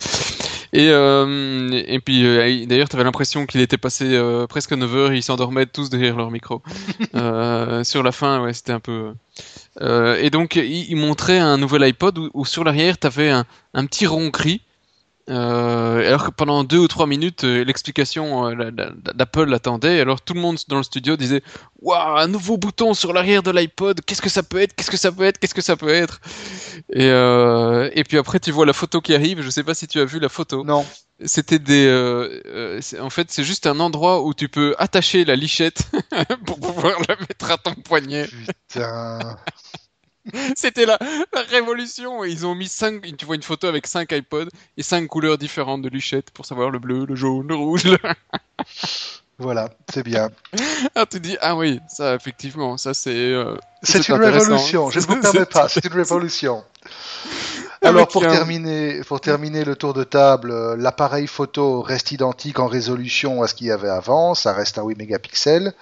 Speaker 2: Et puis d'ailleurs, t'avais l'impression qu'il était passé presque 9 heures. Ils s'endormaient tous derrière leur micro. Sur la fin, ouais, c'était un peu. Et donc, il montrait un nouvel iPod où sur l'arrière, tu avais un petit rond gris. Alors que pendant 2 ou 3 minutes, l'explication d'Apple attendait. Alors tout le monde dans le studio disait waouh, un nouveau bouton sur l'arrière de l'iPod, qu'est-ce que ça peut être, qu'est-ce que ça peut être, qu'est-ce que ça peut être. Et puis après, tu vois la photo qui arrive. Je sais pas si tu as vu la photo.
Speaker 1: Non.
Speaker 2: C'était en fait, c'est juste un endroit où tu peux attacher la lichette pour pouvoir la mettre à ton poignet.
Speaker 1: Putain.
Speaker 2: C'était la révolution. Ils ont mis tu vois une photo avec 5 iPods et 5 couleurs différentes de lichette pour savoir le bleu, le jaune, le rouge.
Speaker 1: Voilà, c'est bien.
Speaker 2: Ah, tu dis, ah oui, ça, effectivement, ça c'est.
Speaker 1: C'est une
Speaker 2: intéressant.
Speaker 1: révolution, je ne vous permets pas, c'est une révolution. Alors pour terminer le tour de table, l'appareil photo reste identique en résolution à ce qu'il y avait avant, ça reste un 8 mégapixels.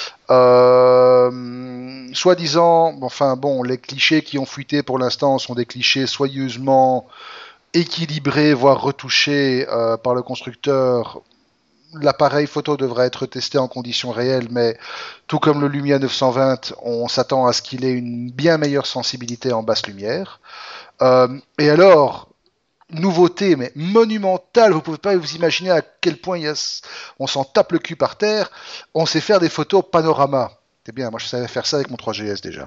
Speaker 1: Soi-disant, enfin bon, les clichés qui ont fuité pour l'instant sont des clichés soigneusement équilibrés, voire retouchés par le constructeur. L'appareil photo devrait être testé en conditions réelles, mais tout comme le Lumia 920, on s'attend à ce qu'il ait une bien meilleure sensibilité en basse lumière. Et alors, nouveauté, mais monumentale, vous pouvez pas vous imaginer à quel point on s'en tape le cul par terre, on sait faire des photos panorama. C'est bien, moi je savais faire ça avec mon 3GS déjà.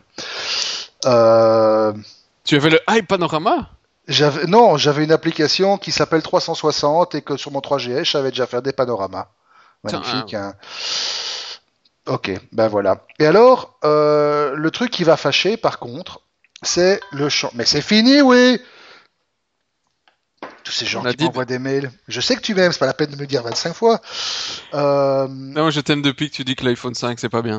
Speaker 2: Tu avais le High Panorama?
Speaker 1: J'avais une application qui s'appelle 360 et que sur mon 3GS, je savais déjà faire des panoramas. Magnifique, hein. Ok, ben voilà. Et alors, le truc qui va fâcher, par contre, c'est le champ. Mais c'est fini, oui. Tous ces gens qui m'envoient des mails. Je sais que tu m'aimes, c'est pas la peine de me le dire 25 fois.
Speaker 2: Non, je t'aime depuis que tu dis que l'iPhone 5, c'est pas bien.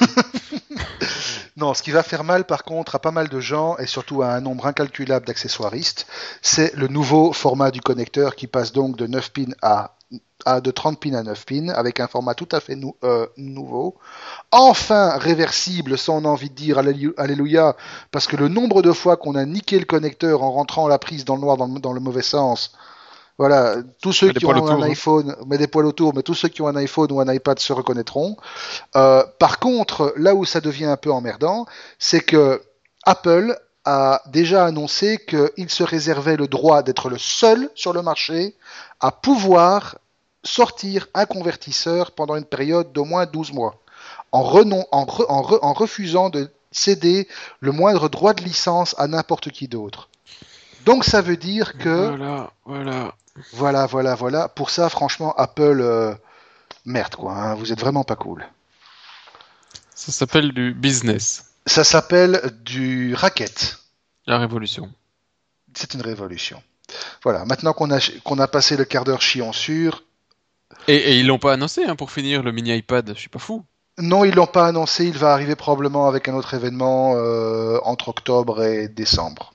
Speaker 1: Non, ce qui va faire mal par contre à pas mal de gens et surtout à un nombre incalculable d'accessoiristes, c'est le nouveau format du connecteur qui passe donc de 9 pins à de 30 pins à 9 pins, avec un format tout à fait nouveau. Enfin réversible, ça on a envie de dire alléluia, parce que le nombre de fois qu'on a niqué le connecteur en rentrant la prise dans le noir, dans le mauvais sens, voilà, tous ceux qui ont un iPhone, mais des poils autour, mais tous ceux qui ont un iPhone ou un iPad se reconnaîtront. Par contre, là où ça devient un peu emmerdant, c'est que Apple a déjà annoncé qu'il se réservait le droit d'être le seul sur le marché à pouvoir sortir un convertisseur pendant une période d'au moins 12 mois, en refusant de céder le moindre droit de licence à n'importe qui d'autre. Donc ça veut dire que... Voilà. Pour ça, franchement, Apple, merde quoi, hein, vous êtes vraiment pas cool.
Speaker 2: Ça s'appelle du business.
Speaker 1: Ça s'appelle du racket.
Speaker 2: La révolution.
Speaker 1: C'est une révolution. Voilà, maintenant qu'on a passé le quart d'heure chiant sûr...
Speaker 2: Et ils l'ont pas annoncé hein, pour finir, le mini iPad, je suis pas fou.
Speaker 1: Non, ils l'ont pas annoncé, il va arriver probablement avec un autre événement entre octobre et décembre.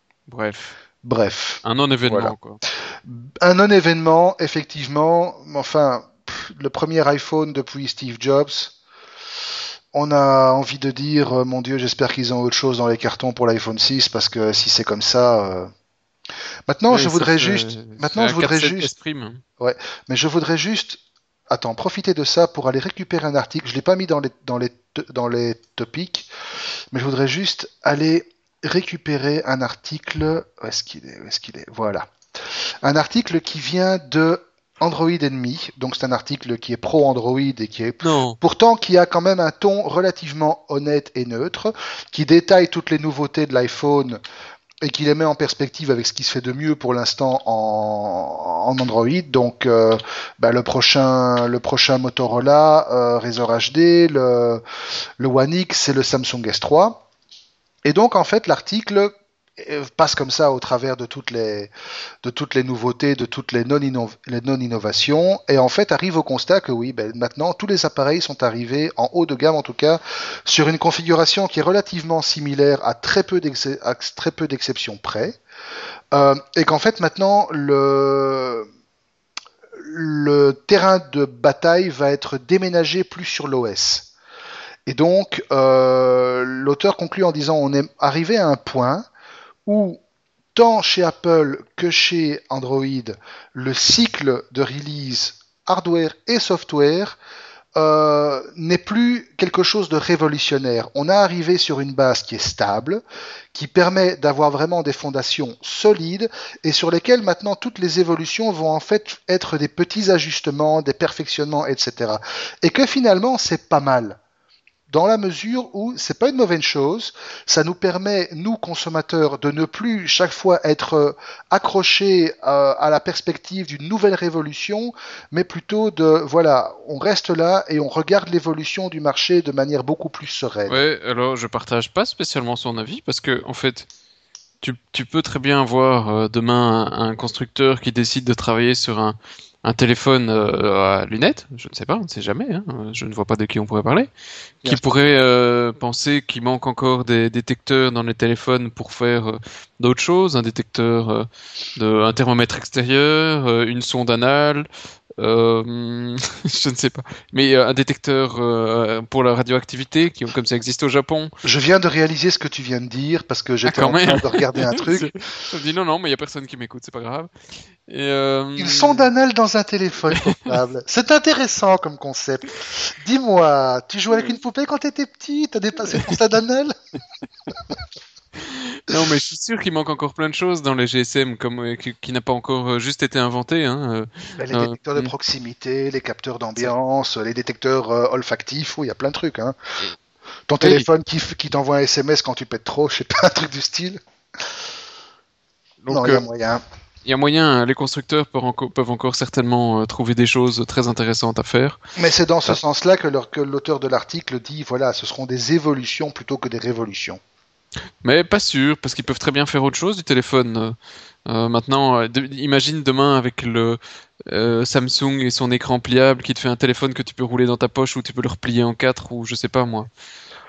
Speaker 1: Bref.
Speaker 2: Un non-événement,
Speaker 1: voilà.
Speaker 2: quoi.
Speaker 1: Un non-événement, effectivement. Enfin, le premier iPhone depuis Steve Jobs. On a envie de dire, mon Dieu, j'espère qu'ils ont autre chose dans les cartons pour l'iPhone 6, parce que si c'est comme ça... Maintenant, je voudrais juste... Ouais, mais je voudrais juste... Attends, profiter de ça pour aller récupérer un article. Je l'ai pas mis dans les topics, mais je voudrais juste aller récupérer un article. Où est-ce qu'il est? Voilà. Un article qui vient de Android Enemy. Donc c'est un article qui est pro Android et pourtant qui a quand même un ton relativement honnête et neutre, qui détaille toutes les nouveautés de l'iPhone et qui les met en perspective avec ce qui se fait de mieux pour l'instant en Android. Donc le prochain Motorola Razr HD, le One X et le Samsung S3. Et donc en fait l'article passe comme ça au travers de toutes les nouveautés, de toutes les non-innovations, et en fait arrive au constat que oui, maintenant tous les appareils sont arrivés en haut de gamme en tout cas sur une configuration qui est relativement similaire à très peu d'exceptions près, et qu'en fait maintenant le terrain de bataille va être déménagé plus sur l'OS. Et donc l'auteur conclut en disant on est arrivé à un point où tant chez Apple que chez Android, le cycle de release hardware et software n'est plus quelque chose de révolutionnaire. On est arrivé sur une base qui est stable, qui permet d'avoir vraiment des fondations solides et sur lesquelles maintenant toutes les évolutions vont en fait être des petits ajustements, des perfectionnements, etc. Et que finalement c'est pas mal. Dans la mesure où c'est pas une mauvaise chose, ça nous permet, nous consommateurs, de ne plus chaque fois être accrochés à la perspective d'une nouvelle révolution, mais plutôt on reste là et on regarde l'évolution du marché de manière beaucoup plus sereine.
Speaker 2: Ouais, alors je partage pas spécialement son avis parce que en fait, tu peux très bien avoir demain un constructeur qui décide de travailler sur un téléphone à lunettes, je ne sais pas, on ne sait jamais, hein, je ne vois pas de qui on pourrait parler, qui pourrait penser qu'il manque encore des détecteurs dans les téléphones pour faire d'autres choses, un détecteur un thermomètre extérieur, une sonde anale, je ne sais pas, mais un détecteur pour la radioactivité, comme ça existe au Japon.
Speaker 1: Je viens de réaliser ce que tu viens de dire parce que j'étais en train de regarder un truc.
Speaker 2: Je me dis non, mais il y a personne qui m'écoute, c'est pas grave. Et
Speaker 1: Une sonde anale dans un téléphone portable. C'est intéressant comme concept. Dis-moi, tu jouais avec une poupée quand t'étais petit? T'as dépassé ton stade anal?
Speaker 2: Non, mais je suis sûr qu'il manque encore plein de choses dans les GSM qui n'a pas encore juste été inventé. Hein.
Speaker 1: Les détecteurs de proximité, les capteurs d'ambiance, les détecteurs olfactifs, il y a plein de trucs. Hein. Ton téléphone qui t'envoie un SMS quand tu pètes trop, je sais pas, un truc du style. Donc, non, il y a moyen.
Speaker 2: Il y a moyen, les constructeurs peuvent encore certainement trouver des choses très intéressantes à faire.
Speaker 1: Mais c'est dans ce sens-là que l'auteur de l'article dit, voilà, ce seront des évolutions plutôt que des révolutions.
Speaker 2: Mais pas sûr, parce qu'ils peuvent très bien faire autre chose du téléphone. Maintenant, imagine demain avec le Samsung et son écran pliable qui te fait un téléphone que tu peux rouler dans ta poche ou tu peux le replier en 4 ou je sais pas moi.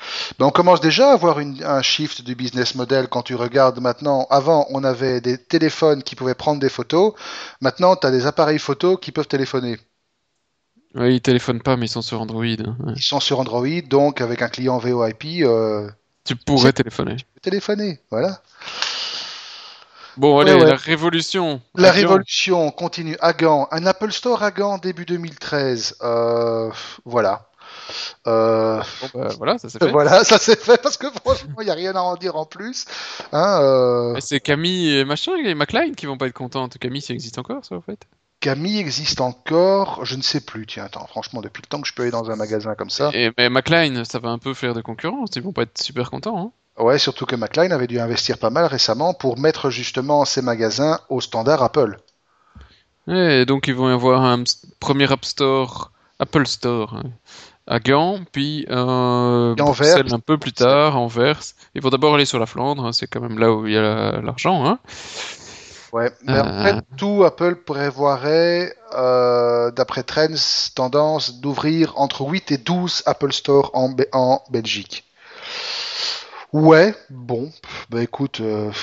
Speaker 1: Ben, on commence déjà à avoir un shift du business model quand tu regardes maintenant. Avant, on avait des téléphones qui pouvaient prendre des photos. Maintenant, tu as des appareils photo qui peuvent téléphoner.
Speaker 2: Ouais, ils téléphonent pas, mais ils sont sur Android, hein, ouais.
Speaker 1: Ils sont sur Android, donc avec un client VoIP,
Speaker 2: Tu
Speaker 1: c'est
Speaker 2: pourrais téléphoner.
Speaker 1: téléphoner. Voilà.
Speaker 2: Bon,
Speaker 1: Ouais,
Speaker 2: allez,
Speaker 1: ouais.
Speaker 2: la révolution
Speaker 1: La
Speaker 2: à Gand.
Speaker 1: révolution continue à Gand. Un Apple Store à Gand début 2013. Voilà. Euh,
Speaker 2: Bon, bah voilà, ça c'est fait.
Speaker 1: voilà, ça s'est fait parce que franchement, il n'y a rien à en dire en plus. Hein,
Speaker 2: Et c'est Camille et machin, et McLean qui vont pas être contents. Camille, ça existe encore, ça, en fait.
Speaker 1: Camille existe encore, je ne sais plus. Tiens, attends, franchement, depuis le temps que je peux aller dans un magasin comme ça.
Speaker 2: Mais McLean, ça va un peu faire de concurrence. Ils vont pas être super contents, hein.
Speaker 1: Ouais, surtout que McLean avait dû investir pas mal récemment pour mettre justement ses magasins au standard Apple.
Speaker 2: Et donc, ils vont y avoir un premier App Store, Apple Store, hein, à Gand, puis
Speaker 1: Et Anvers,
Speaker 2: Bruxelles un peu plus tard, Anvers. Ils vont d'abord aller sur la Flandre, hein, c'est quand même là où il y a l'argent, hein.
Speaker 1: ouais, mais en
Speaker 2: Euh,
Speaker 1: fait, tout Apple prévoirait, d'après Trends, tendance d'ouvrir entre 8 et 12 Apple Store en Belgique. Ouais, bon, bah écoute,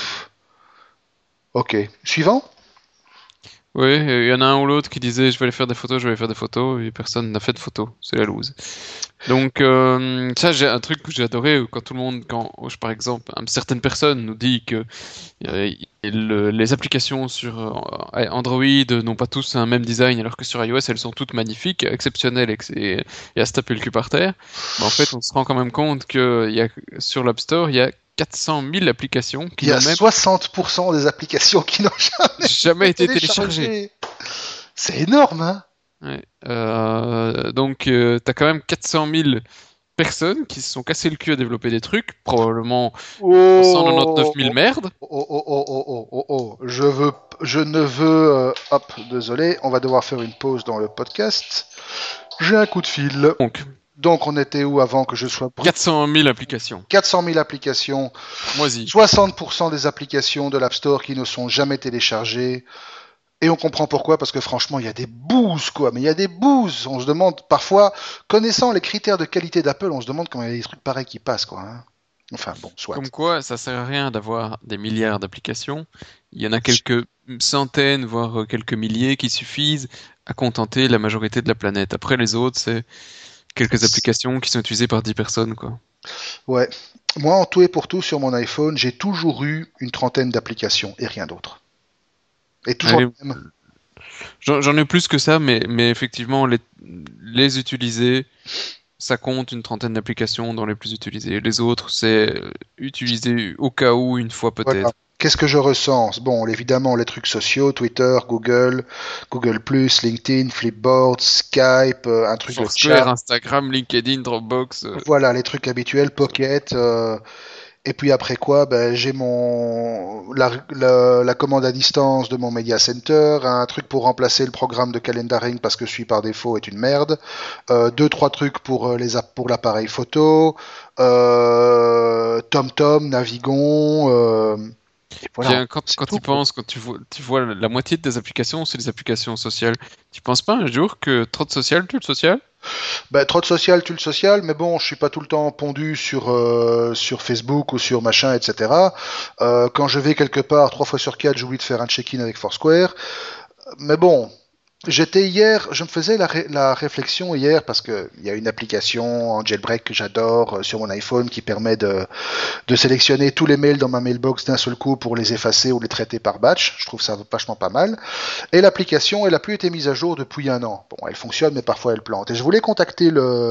Speaker 1: ok. Suivant?
Speaker 2: Oui, il y en a un ou l'autre qui disait je vais aller faire des photos, je vais aller faire des photos, et personne n'a fait de photos, c'est la loose. Donc ça, j'ai un truc que j'ai adoré quand tout le monde, par exemple, certaines personnes nous dit que les applications sur Android n'ont pas tous un même design, alors que sur iOS elles sont toutes magnifiques, exceptionnelles, et à se taper le cul par terre. Bah, en fait, on se rend quand même compte que sur l'App Store il y a 400 000 applications qui
Speaker 1: Il y a
Speaker 2: n'ont même
Speaker 1: 60% des applications qui n'ont jamais
Speaker 2: jamais
Speaker 1: été
Speaker 2: été téléchargées.
Speaker 1: téléchargées. C'est énorme, hein?
Speaker 2: Ouais. Donc, t'as quand même 400 000 personnes qui se sont cassé le cul à développer des trucs, probablement 199
Speaker 1: Oh,
Speaker 2: 000 merdes.
Speaker 1: je ne veux, hop, désolé, on va devoir faire une pause dans le podcast. J'ai un coup de fil.
Speaker 2: Donc,
Speaker 1: Donc, on était où avant que je sois brut?
Speaker 2: 400 000 applications.
Speaker 1: 400 000 applications,
Speaker 2: Moisi.
Speaker 1: 60% des applications de l'App Store qui ne sont jamais téléchargées. Et on comprend pourquoi, parce que franchement, il y a des bouses, quoi. Mais il y a des bouses. On se demande, parfois, connaissant les critères de qualité d'Apple, on se demande comment il y a des trucs pareils qui passent, quoi, hein. Enfin, bon, soit.
Speaker 2: Comme quoi, ça sert à rien d'avoir des milliards d'applications. Il y en a quelques centaines, voire quelques milliers qui suffisent à contenter la majorité de la planète. Après, les autres, c'est quelques applications qui sont utilisées par 10 personnes, quoi.
Speaker 1: Ouais. Moi, en tout et pour tout, sur mon iPhone, j'ai toujours eu une trentaine d'applications et rien d'autre. Et toujours
Speaker 2: Allez,
Speaker 1: les mêmes.
Speaker 2: j'en ai plus que ça, mais effectivement, les utiliser, ça compte une trentaine d'applications dans les plus utilisées. Les autres, c'est utilisé au cas où, une fois
Speaker 1: Voilà.
Speaker 2: peut-être.
Speaker 1: Qu'est-ce que je recense? Bon, évidemment, les trucs sociaux, Twitter, Google, Google+, LinkedIn, Flipboard, Skype, un truc de
Speaker 2: Foursquare,
Speaker 1: chat.
Speaker 2: Instagram, LinkedIn, Dropbox.
Speaker 1: Voilà, les trucs habituels, Pocket. Et puis après quoi, ben, j'ai la commande à distance de mon Media Center, un truc pour remplacer le programme de calendaring parce que celui par défaut est une merde, deux trois trucs pour pour l'appareil photo, TomTom, Navigon, voilà,
Speaker 2: Bien,
Speaker 1: c'est
Speaker 2: quand
Speaker 1: tout,
Speaker 2: tu
Speaker 1: quoi.
Speaker 2: penses, quand tu vois la moitié des applications, c'est des applications sociales. Tu penses pas un jour que trop de social, tout le social?
Speaker 1: Ben, trop de social, tu le social, mais bon, je suis pas tout le temps pondu sur Facebook ou sur machin, etc. Quand je vais quelque part, 3 fois sur 4, j'oublie de faire un check-in avec Foursquare. Mais bon, j'étais hier, je me faisais la réflexion hier parce que il y a une application en jailbreak que j'adore sur mon iPhone qui permet de sélectionner tous les mails dans ma mailbox d'un seul coup pour les effacer ou les traiter par batch. Je trouve ça vachement pas mal. Et l'application, elle a plus été mise à jour depuis un an. Bon, elle fonctionne, mais parfois elle plante. Et je voulais contacter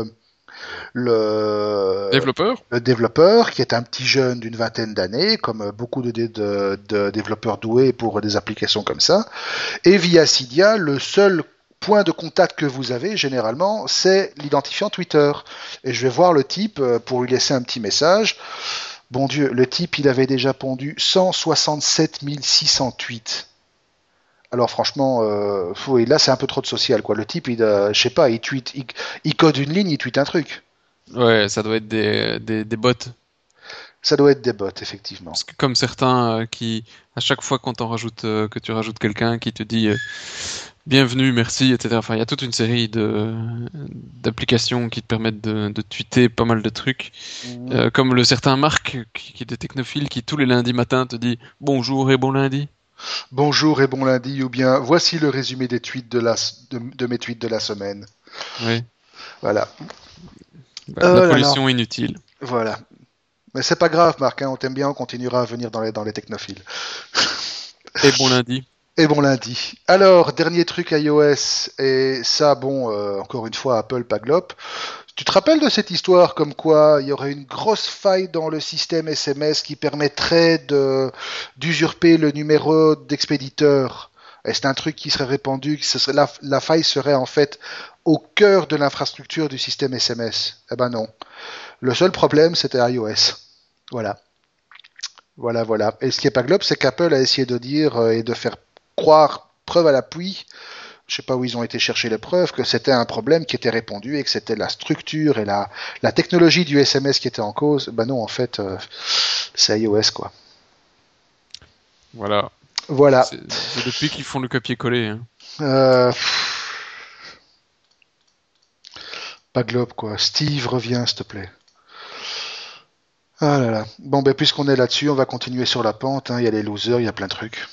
Speaker 1: le,
Speaker 2: Développeur?
Speaker 1: le développeur, qui est un petit jeune d'une vingtaine d'années, comme beaucoup de développeurs doués pour des applications comme ça. Et via Cydia, le seul point de contact que vous avez généralement, c'est l'identifiant Twitter. Et je vais voir le type pour lui laisser un petit message. Bon Dieu, le type, il avait déjà pondu 167 600 tweets. Alors franchement, et là c'est un peu trop de social, quoi. Le type, je sais pas, il code une ligne, il tweet un truc.
Speaker 2: Ouais, ça doit être des bots.
Speaker 1: Ça doit être des bots, effectivement.
Speaker 2: Parce que comme certains qui, à chaque fois qu'on t'en rajoute, que tu rajoutes quelqu'un qui te dit bienvenue, merci, etc. Enfin, il y a toute une série d'applications qui te permettent de tweeter pas mal de trucs.
Speaker 1: Mhm.
Speaker 2: Comme le certain Marc, qui est des technophiles, qui tous les lundis matins te dit bonjour et bon lundi.
Speaker 1: Bonjour et bon lundi, ou bien voici le résumé des tweets de mes tweets de la semaine.
Speaker 2: Oui,
Speaker 1: Voilà.
Speaker 2: bah, de la
Speaker 1: Oh là là.
Speaker 2: pollution inutile.
Speaker 1: Voilà. Mais c'est pas grave, Marc, hein, on t'aime bien, on continuera à venir dans les technophiles.
Speaker 2: Et bon lundi.
Speaker 1: Et bon lundi. Alors, dernier truc iOS, et ça, bon, encore une fois, Apple Paglop. Tu te rappelles de cette histoire comme quoi il y aurait une grosse faille dans le système SMS qui permettrait d'usurper le numéro d'expéditeur? Et c'est un truc qui serait répandu, la faille serait en fait au cœur de l'infrastructure du système SMS. Eh ben non. Le seul problème, c'était iOS. Voilà. Voilà, voilà. Et ce qui est pas globe, c'est qu'Apple a essayé de dire et de faire croire, preuve à l'appui, je sais pas où ils ont été chercher les preuves, que c'était un problème qui était répondu et que c'était la structure et la technologie du SMS qui était en cause. Ben non, en fait, c'est iOS, quoi.
Speaker 2: Voilà.
Speaker 1: Voilà.
Speaker 2: C'est depuis qu'ils font le copier-coller. Hein.
Speaker 1: Euh, Pas globe, quoi. Steve, reviens, s'il te plaît. Ah là là. Bon, ben, puisqu'on est là-dessus, on va continuer sur la pente, hein. Il y a les losers, il y a plein de trucs.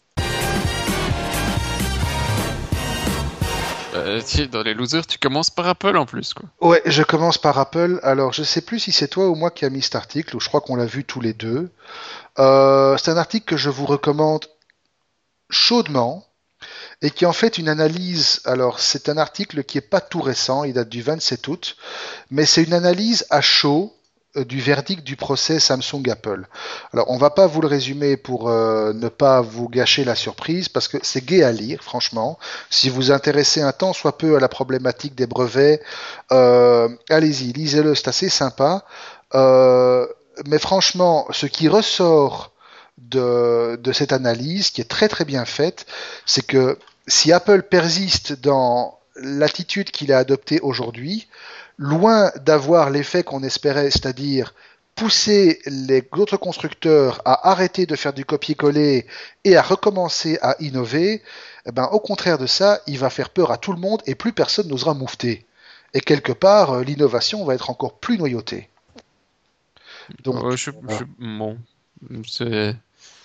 Speaker 2: Dans les losers, tu commences par Apple en plus, quoi.
Speaker 1: Ouais, je commence par Apple. Alors, je sais plus si c'est toi ou moi qui a mis cet article, ou je crois qu'on l'a vu tous les deux. C'est un article que je vous recommande chaudement et qui est en fait une analyse. Alors, c'est un article qui est pas tout récent, il date du 27 août, mais c'est une analyse à chaud du verdict du procès Samsung-Apple. Alors, on va pas vous le résumer pour ne pas vous gâcher la surprise, parce que c'est gai à lire, franchement. Si vous vous intéressez un tant soit peu à la problématique des brevets, allez-y, lisez-le, c'est assez sympa. Euh, mais franchement, ce qui ressort de cette analyse, qui est très très bien faite, c'est que si Apple persiste dans l'attitude qu'il a adoptée aujourd'hui, loin d'avoir l'effet qu'on espérait, c'est-à-dire pousser les autres constructeurs à arrêter de faire du copier-coller et à recommencer à innover, eh ben, au contraire de ça, il va faire peur à tout le monde et plus personne n'osera moufter. Et quelque part, l'innovation va être encore plus noyautée. Donc,
Speaker 2: Bon, c'est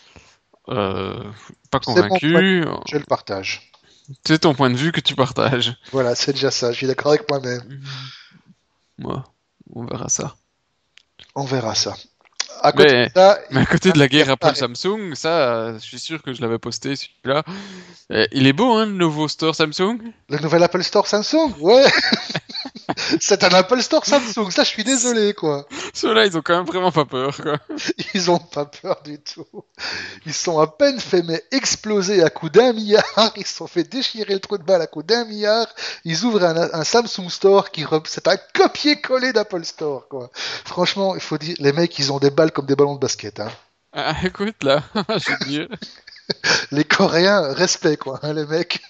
Speaker 2: pas
Speaker 1: c'est mon point de
Speaker 2: convaincu.
Speaker 1: vue, je le partage.
Speaker 2: C'est ton point de vue que tu partages.
Speaker 1: Voilà, c'est déjà ça, je suis d'accord avec moi-même.
Speaker 2: Moi, on verra ça.
Speaker 1: On verra ça. À côté de
Speaker 2: Mais,
Speaker 1: ça,
Speaker 2: mais à côté de la guerre Apple-Samsung, ça, je suis sûr que je l'avais posté celui-là. Il est beau, hein, le nouveau store Samsung?
Speaker 1: le nouvel Apple Store Samsung, ouais, c'est un Apple Store Samsung, ça je suis désolé quoi.
Speaker 2: Ceux-là, ils ont quand même vraiment pas peur, quoi.
Speaker 1: Ils ont pas peur du tout. Ils sont à peine fait mais exploser à coup d'1 milliard. Ils se sont fait déchirer le trou de balle à coup d'1 milliard. Ils ouvrent un Samsung Store c'est un copier-coller d'Apple Store quoi. Franchement, il faut dire, les mecs ils ont des balles comme des ballons de basket. Hein.
Speaker 2: Ah, écoute, là, je veux dire.
Speaker 1: Les Coréens, respect quoi, hein, les mecs.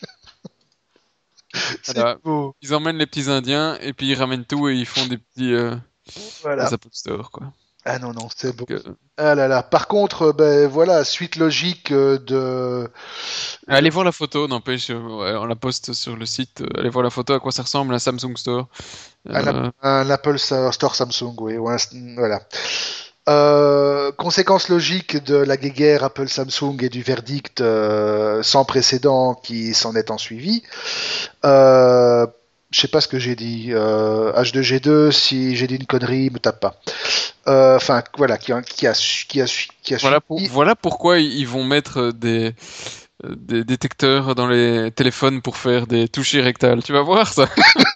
Speaker 1: C'est
Speaker 2: Voilà.
Speaker 1: beau.
Speaker 2: Ils emmènent les petits Indiens et puis ils ramènent tout et ils font
Speaker 1: Voilà.
Speaker 2: des Apple Store, quoi.
Speaker 1: Ah non, non, c'est beau.
Speaker 2: Donc,
Speaker 1: Ah là là. Par contre, ben voilà, suite logique
Speaker 2: allez voir la photo, n'empêche, ouais, on la poste sur le site. Allez voir la photo à quoi ça ressemble un Samsung Store. Euh,
Speaker 1: un Apple Store Samsung, oui, voilà. Conséquence logique de la guéguerre Apple-Samsung et du verdict sans précédent qui s'en est ensuivi. Euh, je sais pas ce que j'ai dit. H2G2, si j'ai dit une connerie, me tape pas. Enfin, voilà, qui a suivi.
Speaker 2: voilà pourquoi ils vont mettre des détecteurs dans les téléphones pour faire des touchés rectales. Tu vas voir ça.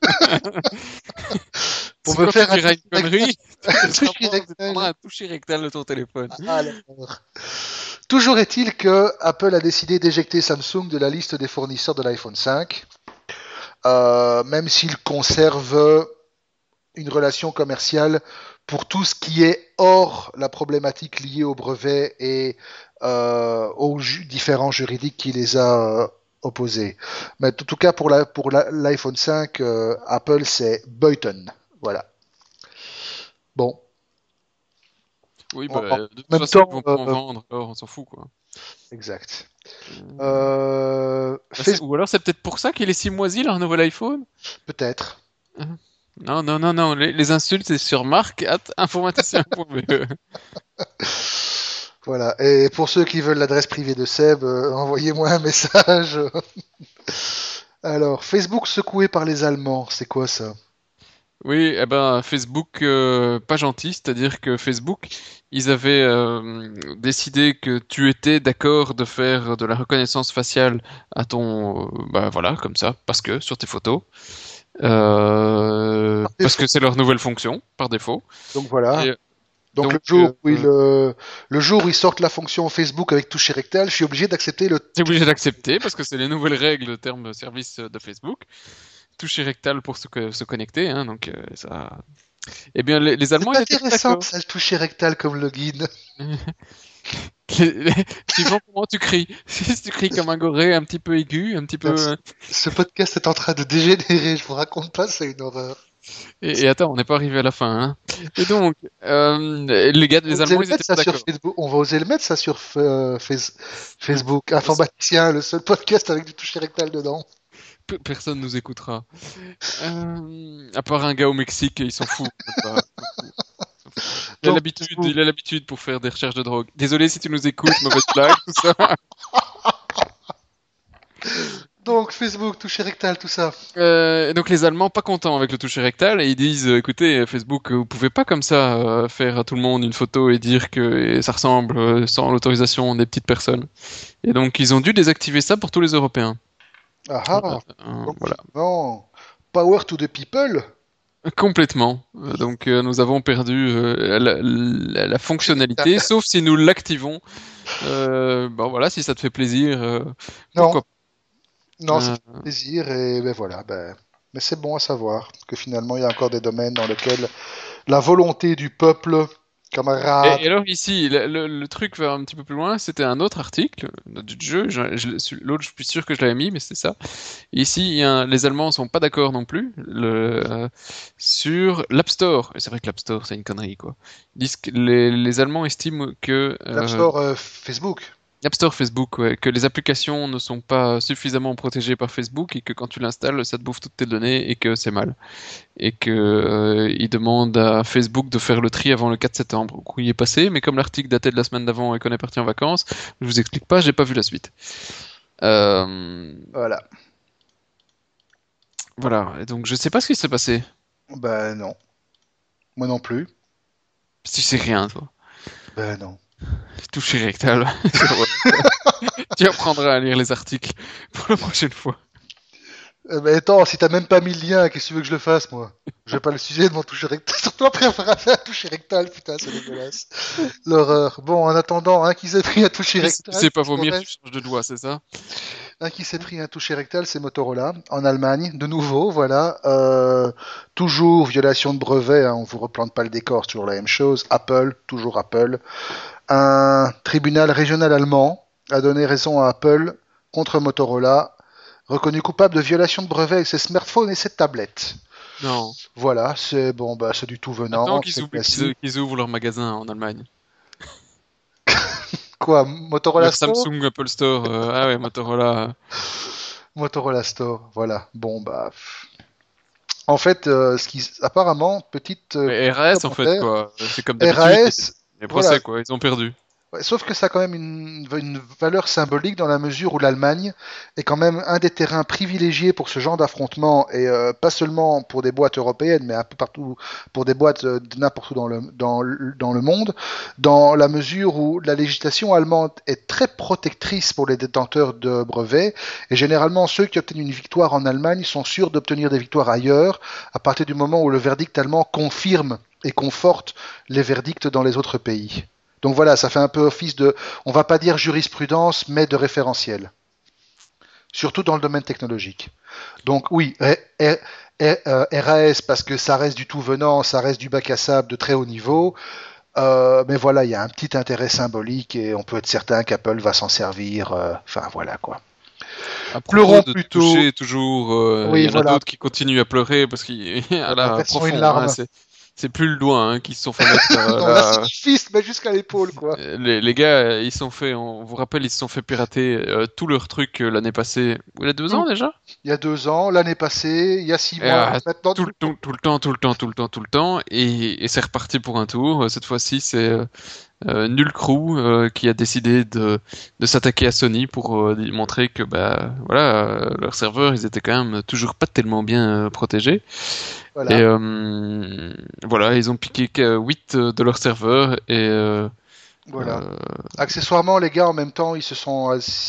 Speaker 1: Pour
Speaker 2: C'est
Speaker 1: me
Speaker 2: quand tu
Speaker 1: faire un
Speaker 2: diras une connerie,
Speaker 1: toucher
Speaker 2: tu prendras un toucher rectal de ton téléphone.
Speaker 1: Ah, d'accord. Toujours est-il que Apple a décidé d'éjecter Samsung de la liste des fournisseurs de l'iPhone 5, même s'il conserve une relation commerciale pour tout ce qui est hors la problématique liée au brevet et aux différents juridiques qui les a opposés. Mais en tout cas, pour l'iPhone 5, Apple, c'est Boyton. Voilà. Bon.
Speaker 2: Oui,
Speaker 1: En,
Speaker 2: bah,
Speaker 1: en
Speaker 2: de toute
Speaker 1: même
Speaker 2: façon, ils
Speaker 1: temps,
Speaker 2: vont pas en vendre, alors on s'en fout, quoi.
Speaker 1: exact.
Speaker 2: Bah, Ou alors c'est peut-être pour ça qu'il est si moisi leur nouvel iPhone.
Speaker 1: Peut-être.
Speaker 2: Non. Les insultes, c'est sur marc@informaticien.be.
Speaker 1: Voilà. Et pour ceux qui veulent l'adresse privée de Seb, envoyez-moi un message. Alors, Facebook secoué par les Allemands, c'est quoi ça?
Speaker 2: Oui, eh ben Facebook, pas gentil, c'est-à-dire que Facebook, ils avaient décidé que tu étais d'accord de faire de la reconnaissance faciale à ton, bah voilà, comme ça, parce que sur tes photos, parce que c'est leur nouvelle fonction par défaut.
Speaker 1: Donc voilà.
Speaker 2: Et,
Speaker 1: Donc, le jour où ils sortent la fonction Facebook avec toucher rectal, je suis obligé d'accepter le.
Speaker 2: t'es obligé d'accepter parce que c'est les nouvelles règles de termes de service de Facebook. Toucher rectal pour se connecter, hein, donc ça. Eh bien, les Allemands,
Speaker 1: C'est
Speaker 2: ils étaient pas
Speaker 1: intéressant
Speaker 2: d'accord.
Speaker 1: ça, le toucher rectal comme login.
Speaker 2: Suivant comment tu cries. Si tu cries comme un goré, un petit peu aigu, un petit peu.
Speaker 1: Ce podcast est en train de dégénérer, je vous raconte pas, c'est une horreur.
Speaker 2: Et attends, on n'est pas arrivé à la fin. Hein. Et donc, les gars, les Allemands, ils étaient pas d'accord.
Speaker 1: On va oser le mettre ça sur Facebook. Informaticien, le seul podcast avec du toucher rectal dedans.
Speaker 2: Personne nous écoutera. À part un gars au Mexique, il s'en fout. Il a l'habitude pour faire des recherches de drogue. Désolé si tu nous écoutes, mauvaise blague, tout ça.
Speaker 1: Donc Facebook, toucher rectal, tout ça.
Speaker 2: Donc les Allemands pas contents avec le toucher rectal et ils disent écoutez Facebook vous pouvez pas comme ça faire à tout le monde une photo et dire que ça ressemble sans l'autorisation des petites personnes. Et donc ils ont dû désactiver ça pour tous les Européens.
Speaker 1: Ah donc,
Speaker 2: voilà.
Speaker 1: Non. Power to the people.
Speaker 2: Complètement. Donc nous avons perdu la fonctionnalité, sauf si nous l'activons. Bon voilà, si ça te fait plaisir, pourquoi pas.
Speaker 1: Non, ça fait plaisir et ben voilà. Mais c'est bon à savoir que finalement il y a encore des domaines dans lesquels la volonté du peuple, camarade.
Speaker 2: Et alors ici, le truc va un petit peu plus loin. C'était un autre article du jeu. L'autre, je suis sûr que je l'avais mis, mais c'est ça. Et ici, les Allemands sont pas d'accord non plus sur l'App Store. Et c'est vrai que l'App Store, c'est une connerie, quoi. Ils disent que les Allemands estiment que
Speaker 1: L'App Store Facebook.
Speaker 2: App Store Facebook, ouais, que les applications ne sont pas suffisamment protégées par Facebook et que quand tu l'installes, ça te bouffe toutes tes données et que c'est mal. Et que ils demandent à Facebook de faire le tri avant le 4 septembre. Donc, il est passé, mais comme l'article datait de la semaine d'avant et qu'on est parti en vacances, je vous explique pas, j'ai pas vu la suite.
Speaker 1: Voilà.
Speaker 2: Voilà, et donc je sais pas ce qui s'est passé.
Speaker 1: Ben non. Moi non plus.
Speaker 2: Tu sais rien, toi.
Speaker 1: Ben non.
Speaker 2: Toucher rectal. Tu apprendras à lire les articles pour la prochaine fois.
Speaker 1: Mais attends, si t'as même pas mis le lien, qu'est-ce que tu veux que je le fasse, moi? Je vais pas le sujet de mon toucher rectal. Surtout après avoir fait un toucher rectal, putain, c'est dégueulasse. L'horreur. Bon, en attendant, un qui s'est pris un toucher rectal.
Speaker 2: Tu sais pas vomir, tu changes de doigt, c'est ça?
Speaker 1: Un qui s'est pris un toucher rectal, c'est Motorola, en Allemagne, de nouveau, voilà. Toujours violation de brevet, hein, on vous replante pas le décor, c'est toujours la même chose. Apple, toujours Apple. Un tribunal régional allemand a donné raison à Apple contre Motorola, reconnu coupable de violation de brevet avec ses smartphones et ses tablettes.
Speaker 2: Non.
Speaker 1: Voilà, c'est bon, c'est du tout venant.
Speaker 2: Attends qu'ils ouvrent leur magasin en Allemagne.
Speaker 1: Quoi, Motorola Store?
Speaker 2: Samsung, Apple Store, ah ouais, Motorola.
Speaker 1: Motorola Store, voilà. Bon, en fait, apparemment, petite.
Speaker 2: Mais RAS, en fait, quoi. C'est comme d'habitude.
Speaker 1: RAS.
Speaker 2: Les procès, voilà. Quoi. Ils ont perdu.
Speaker 1: Ouais, sauf que ça a quand même une valeur symbolique dans la mesure où l'Allemagne est quand même un des terrains privilégiés pour ce genre d'affrontement et pas seulement pour des boîtes européennes mais un peu partout pour des boîtes de n'importe où dans le monde, dans la mesure où la législation allemande est très protectrice pour les détenteurs de brevets et généralement ceux qui obtiennent une victoire en Allemagne sont sûrs d'obtenir des victoires ailleurs à partir du moment où le verdict allemand confirme et conforte les verdicts dans les autres pays. Donc voilà, ça fait un peu office de, on va pas dire jurisprudence, mais de référentiel. Surtout dans le domaine technologique. Donc oui, RAS parce que ça reste du tout venant, ça reste du bac à sable de très haut niveau. Mais voilà, il y a un petit intérêt symbolique et on peut être certain qu'Apple va s'en servir. Enfin voilà quoi.
Speaker 2: Pleurons plutôt. Toujours, oui, il y en a d'autres qui continuent à pleurer parce qu'il y a la profonde. c'est plus le doigt hein, qui se sont fait mettre.
Speaker 1: Non, là, c'est du fist, mais jusqu'à l'épaule, quoi.
Speaker 2: Les gars, ils se sont fait, on vous rappelle, ils se sont fait pirater tous leurs trucs l'année passée. Il y a 2 ans déjà?
Speaker 1: Il y a 2 ans, l'année passée, il y a 6 mois, maintenant.
Speaker 2: Tout le temps, et c'est reparti pour un tour. Cette fois-ci, c'est Null Crew qui a décidé de s'attaquer à Sony pour montrer que bah voilà leurs serveurs ils étaient quand même toujours pas tellement bien protégés.
Speaker 1: Voilà.
Speaker 2: Et voilà, ils ont piqué 8 de leurs serveurs et
Speaker 1: Voilà. Accessoirement, les gars, en même temps, ils se sont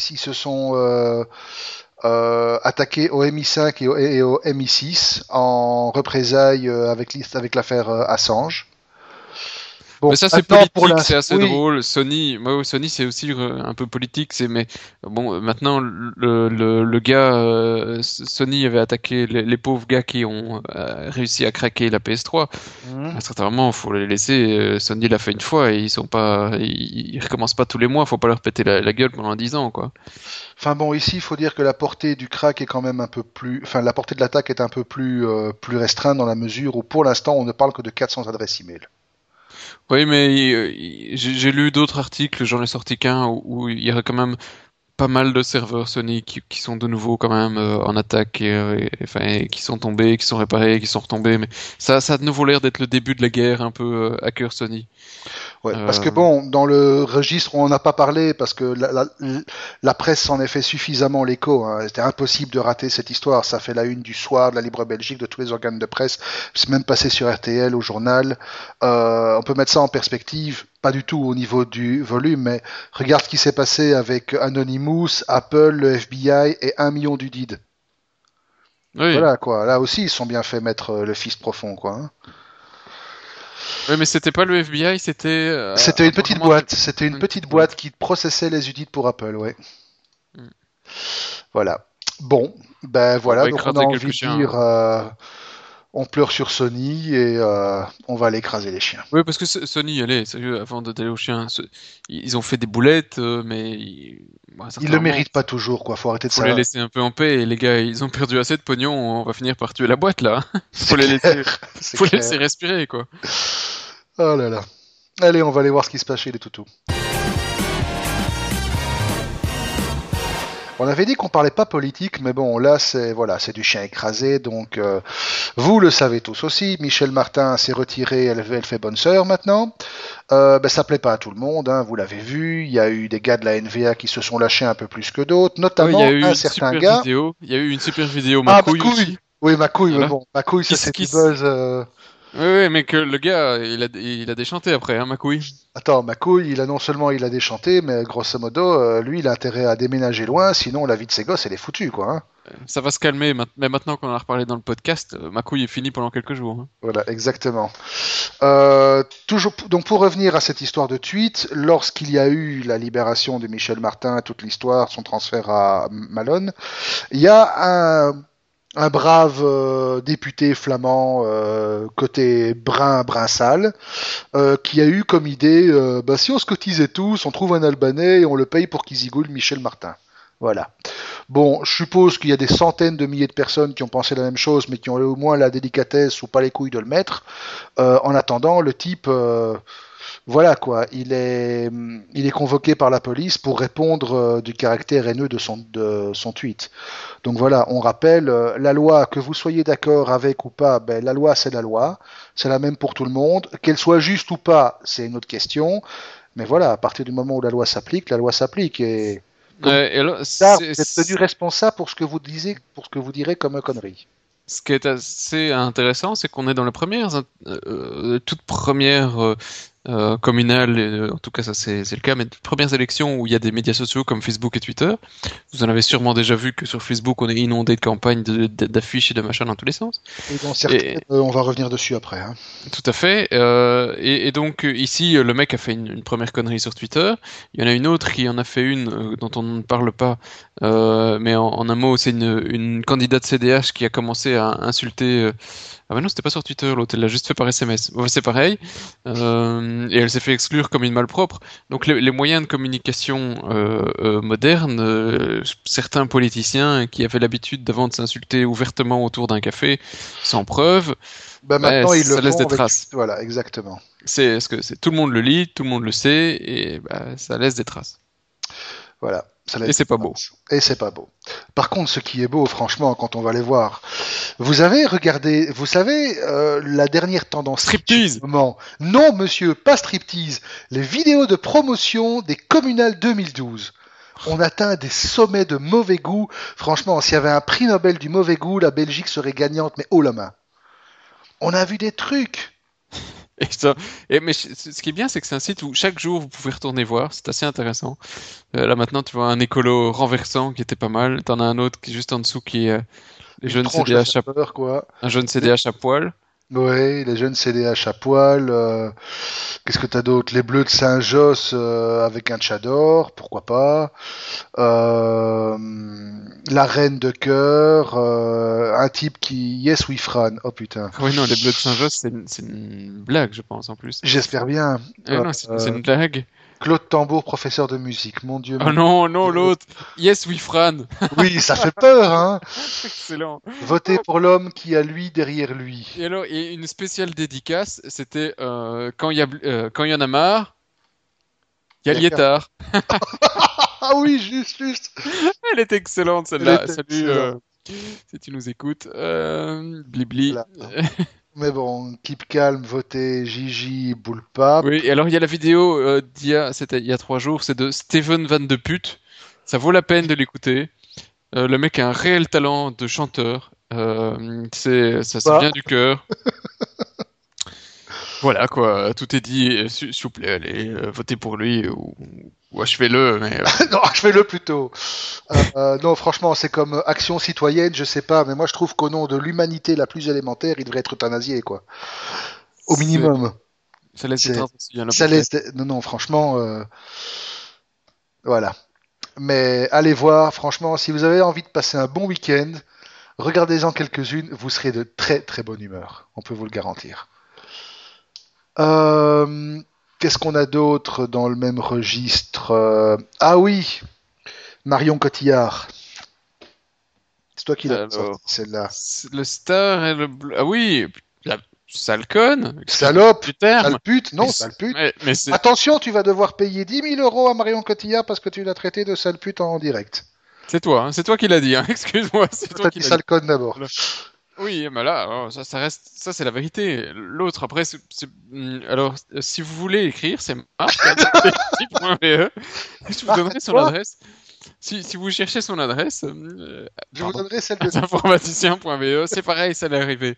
Speaker 1: attaqués au MI5 et au MI6 en représailles avec l'affaire Assange. Bon,
Speaker 2: mais ça c'est
Speaker 1: maintenant,
Speaker 2: politique, c'est assez
Speaker 1: oui,
Speaker 2: drôle. Sony, Sony c'est aussi un peu politique, mais bon maintenant le gars Sony avait attaqué les pauvres gars qui ont réussi à craquer la PS3.
Speaker 1: Mhm.
Speaker 2: Sincèrement, faut les laisser. Sony l'a fait une fois et ils recommencent pas tous les mois. Faut pas leur péter la gueule pendant 10 ans, quoi.
Speaker 1: Enfin bon, ici, il faut dire que la portée du crack est quand même un peu plus, enfin, la portée de l'attaque est un peu plus restreinte dans la mesure où, pour l'instant, on ne parle que de 400 adresses email.
Speaker 2: Oui, mais j'ai lu d'autres articles, j'en ai sorti qu'un où il y aurait quand même pas mal de serveurs Sony qui sont de nouveau quand même en attaque enfin, et qui sont tombés, qui sont réparés, qui sont retombés. Mais ça a de nouveau l'air d'être le début de la guerre un peu hacker Sony.
Speaker 1: Ouais, parce que bon, dans le registre, on n'a pas parlé parce que la presse s'en est fait suffisamment l'écho. Hein. C'était impossible de rater cette histoire. Ça fait la une du soir, de la Libre Belgique, de tous les organes de presse. C'est même passé sur RTL, au journal. On peut mettre ça en perspective, pas du tout au niveau du volume, mais regarde ce qui s'est passé avec Anonymous, Apple, le FBI et 1 million d'UDID.
Speaker 2: Oui.
Speaker 1: Voilà quoi. Là aussi, ils sont bien fait mettre le fist profond, quoi. Hein.
Speaker 2: Oui, mais c'était pas le FBI, c'était.
Speaker 1: C'était une petite
Speaker 2: apparemment,
Speaker 1: boîte. C'était une petite boîte qui processait les UDID pour Apple, ouais.
Speaker 2: Mm.
Speaker 1: Voilà. Bon, ben
Speaker 2: On
Speaker 1: voilà,
Speaker 2: va
Speaker 1: donc on a
Speaker 2: écraser
Speaker 1: envie
Speaker 2: quelques
Speaker 1: de
Speaker 2: chiens.
Speaker 1: dire, on pleure sur Sony et on va aller écraser les chiens.
Speaker 2: Oui, parce que Sony, allez, sérieux, avant d'aller aux chiens, ils ont fait des boulettes, mais
Speaker 1: Ils
Speaker 2: certains
Speaker 1: le
Speaker 2: moments,
Speaker 1: méritent pas toujours, quoi. Faut arrêter de
Speaker 2: faut les
Speaker 1: ça.
Speaker 2: laisser un peu en paix. Et les gars, ils ont perdu assez de pognon, on va finir par tuer la boîte là.
Speaker 1: C'est
Speaker 2: Faut les laisser,
Speaker 1: clair. C'est
Speaker 2: faut les
Speaker 1: clair.
Speaker 2: laisser respirer, quoi.
Speaker 1: Oh là là. Allez, on va aller voir ce qui se passe chez les toutous. On avait dit qu'on parlait pas politique, mais bon, là, c'est du chien écrasé. Donc, vous le savez tous aussi. Michel Martin s'est retiré. Elle fait bonne sœur maintenant. Ça plaît pas à tout le monde. Hein, vous l'avez vu. Il y a eu des gars de la NVA qui se sont lâchés un peu plus que d'autres,
Speaker 2: Oui, il y
Speaker 1: notamment
Speaker 2: a eu
Speaker 1: un
Speaker 2: une
Speaker 1: certain
Speaker 2: super
Speaker 1: gars.
Speaker 2: vidéo. Il y a eu une super vidéo
Speaker 1: Ah,
Speaker 2: Macouille
Speaker 1: ma couille.
Speaker 2: aussi.
Speaker 1: Oui, ma couille. Mais
Speaker 2: Voilà.
Speaker 1: bon, ma couille, ça
Speaker 2: Qui,
Speaker 1: c'est du
Speaker 2: qui,
Speaker 1: buzz.
Speaker 2: oui, mais que le gars, il a déchanté après, hein, Macouille.
Speaker 1: Attends, ma couille, non seulement il a déchanté, mais grosso modo, lui, il a intérêt à déménager loin, sinon la vie de ses gosses, elle est foutue, quoi. Hein.
Speaker 2: Ça va se calmer, mais maintenant qu'on en a reparlé dans le podcast, Macouille est fini pendant quelques jours. Hein.
Speaker 1: Voilà, exactement. Toujours, donc pour revenir à cette histoire de tweet, lorsqu'il y a eu la libération de Michel Martin, toute l'histoire, son transfert à Malone, il y a un brave député flamand côté brun sale qui a eu comme idée si on se cotisait tous, on trouve un Albanais et on le paye pour qu'il zigoule Michel Martin. Voilà. Bon, je suppose qu'il y a des centaines de milliers de personnes qui ont pensé la même chose, mais qui ont au moins la délicatesse ou pas les couilles de le mettre. En attendant, le type, voilà quoi, il est convoqué par la police pour répondre du caractère haineux de son tweet. Donc voilà, on rappelle, la loi, que vous soyez d'accord avec ou pas, ben, la loi c'est la loi, c'est la même pour tout le monde. Qu'elle soit juste ou pas, c'est une autre question. Mais voilà, à partir du moment où la loi s'applique et
Speaker 2: Et alors,
Speaker 1: ça, vous êtes tenu responsable pour ce que vous direz comme connerie.
Speaker 2: ce qui est assez intéressant, c'est qu'on est dans les toutes premières communales, en tout cas ça c'est le cas, mais les premières élections où il y a des médias sociaux comme Facebook et Twitter. Vous en avez sûrement déjà vu que sur Facebook on est inondé de campagnes d'affiches et de machins dans tous les sens.
Speaker 1: Et dans certaines, on va revenir dessus après. Hein.
Speaker 2: Tout à fait. Et donc ici, le mec a fait une première connerie sur Twitter. Il y en a une autre qui en a fait une dont on ne parle pas. Mais en un mot, c'est une candidate CDH qui a commencé à insulter Ah bah non, c'était pas sur Twitter, l'autre, elle l'a juste fait par SMS. Ouais, c'est pareil. Et elle s'est fait exclure comme une malpropre. Donc les moyens de communication modernes, certains politiciens qui avaient l'habitude d'avant de s'insulter ouvertement autour d'un café, sans preuve,
Speaker 1: Bah
Speaker 2: bah,
Speaker 1: maintenant ils le
Speaker 2: ça laisse
Speaker 1: font
Speaker 2: des
Speaker 1: avec
Speaker 2: traces.
Speaker 1: Twitter. Voilà, exactement.
Speaker 2: C'est tout le monde le lit, tout le monde le sait, et bah, ça laisse des traces.
Speaker 1: Voilà, ça
Speaker 2: Et
Speaker 1: laisse
Speaker 2: c'est
Speaker 1: des
Speaker 2: pas beau.
Speaker 1: traces. Et c'est pas beau. Par contre, ce qui est beau, franchement, quand on va les voir, vous avez regardé, vous savez, la dernière tendance kitsch du
Speaker 2: Striptease!
Speaker 1: moment. Non, monsieur, pas striptease. Les vidéos de promotion des communales 2012. On atteint des sommets de mauvais goût. Franchement, s'il y avait un prix Nobel du mauvais goût, la Belgique serait gagnante, mais haut la main. On a vu des trucs.
Speaker 2: Et ça, mais ce qui est bien, c'est que c'est un site où chaque jour vous pouvez retourner voir. C'est assez intéressant. Là maintenant, tu vois un écolo renversant qui était pas mal. T'en as un autre qui est juste en dessous qui est les
Speaker 1: Une
Speaker 2: jeunes
Speaker 1: tronche à
Speaker 2: CDH
Speaker 1: faire peur, quoi.
Speaker 2: un jeune CDH à poil.
Speaker 1: Oui, les jeunes CDH à poil. Qu'est-ce que t'as d'autre? Les bleus de Saint-Josse avec un tchador, pourquoi pas. Euh, la reine de cœur. Un type qui... Yes, we Fran. Oh putain.
Speaker 2: Ah oui, non, les Bleus de Saint-Josse, c'est une blague, je pense, en plus.
Speaker 1: J'espère bien.
Speaker 2: Non, c'est une blague.
Speaker 1: Claude Tambour, professeur de musique. Mon Dieu,
Speaker 2: Oh
Speaker 1: mon
Speaker 2: non, non,
Speaker 1: Dieu.
Speaker 2: l'autre. Yes, we Fran.
Speaker 1: Oui, ça fait peur, hein.
Speaker 2: Excellent.
Speaker 1: Votez pour l'homme qui a lui derrière lui.
Speaker 2: Et alors, et une spéciale dédicace, c'était quand il y en a marre, il y a
Speaker 1: Il y a qu'un-
Speaker 2: Liétard.
Speaker 1: Ah oui, juste, juste.
Speaker 2: Elle est excellente,
Speaker 1: Elle
Speaker 2: celle-là.
Speaker 1: était
Speaker 2: Salut,
Speaker 1: excellente.
Speaker 2: si tu nous écoutes. Blibli.
Speaker 1: Voilà. Mais bon, keep calm, votez Gigi Boulpap.
Speaker 2: Oui, et alors il y a la vidéo c'était il y a 3 jours, c'est de Steven Van de Put. Ça vaut la peine de l'écouter. Le mec a un réel talent de chanteur. Ça
Speaker 1: Pas.
Speaker 2: vient du cœur. Voilà quoi, tout est dit. S'il vous plaît, allez, votez pour lui ou achevez-le. Mais
Speaker 1: Non, je fais-le plutôt. Non, franchement, c'est comme action citoyenne, je sais pas, mais moi je trouve qu'au nom de l'humanité la plus élémentaire, il devrait être euthanasié, quoi. Au
Speaker 2: c'est-
Speaker 1: minimum.
Speaker 2: ça laisse des
Speaker 1: C'est,
Speaker 2: traces aussi, hein, le
Speaker 1: ça
Speaker 2: paquet.
Speaker 1: laisse. Non, non, franchement, voilà. Mais allez voir, franchement, si vous avez envie de passer un bon week-end, regardez-en quelques-unes, vous serez de très très bonne humeur. On peut vous le garantir. Euh, Qu'est-ce qu'on a d'autre dans le même registre? Ah oui, Marion Cotillard. C'est toi qui l'as sorti,
Speaker 2: Alors,
Speaker 1: celle-là.
Speaker 2: le star et le ah oui, la sale conne, excuse-moi
Speaker 1: Salope,
Speaker 2: du terme.
Speaker 1: sale pute,
Speaker 2: Mais
Speaker 1: non, sale pute.
Speaker 2: c'est
Speaker 1: Attention, tu vas devoir payer 10 000 € à Marion Cotillard parce que tu l'as traité de sale pute en direct.
Speaker 2: c'est toi qui l'as dit, hein. Excuse-moi, c'est toi
Speaker 1: T'as
Speaker 2: qui
Speaker 1: dit
Speaker 2: l'as dit.
Speaker 1: sale conne d'abord.
Speaker 2: Voilà. Oui, mais là, ça reste, ça c'est la vérité. L'autre, après, alors, si vous voulez écrire, c'est marc@petit.be. Je vous donnerai son
Speaker 1: Quoi?
Speaker 2: adresse. Si vous cherchez son adresse,
Speaker 1: Je vous
Speaker 2: pardon,
Speaker 1: donnerai celle de...
Speaker 2: informaticien.be, c'est pareil, ça l'est arrivé.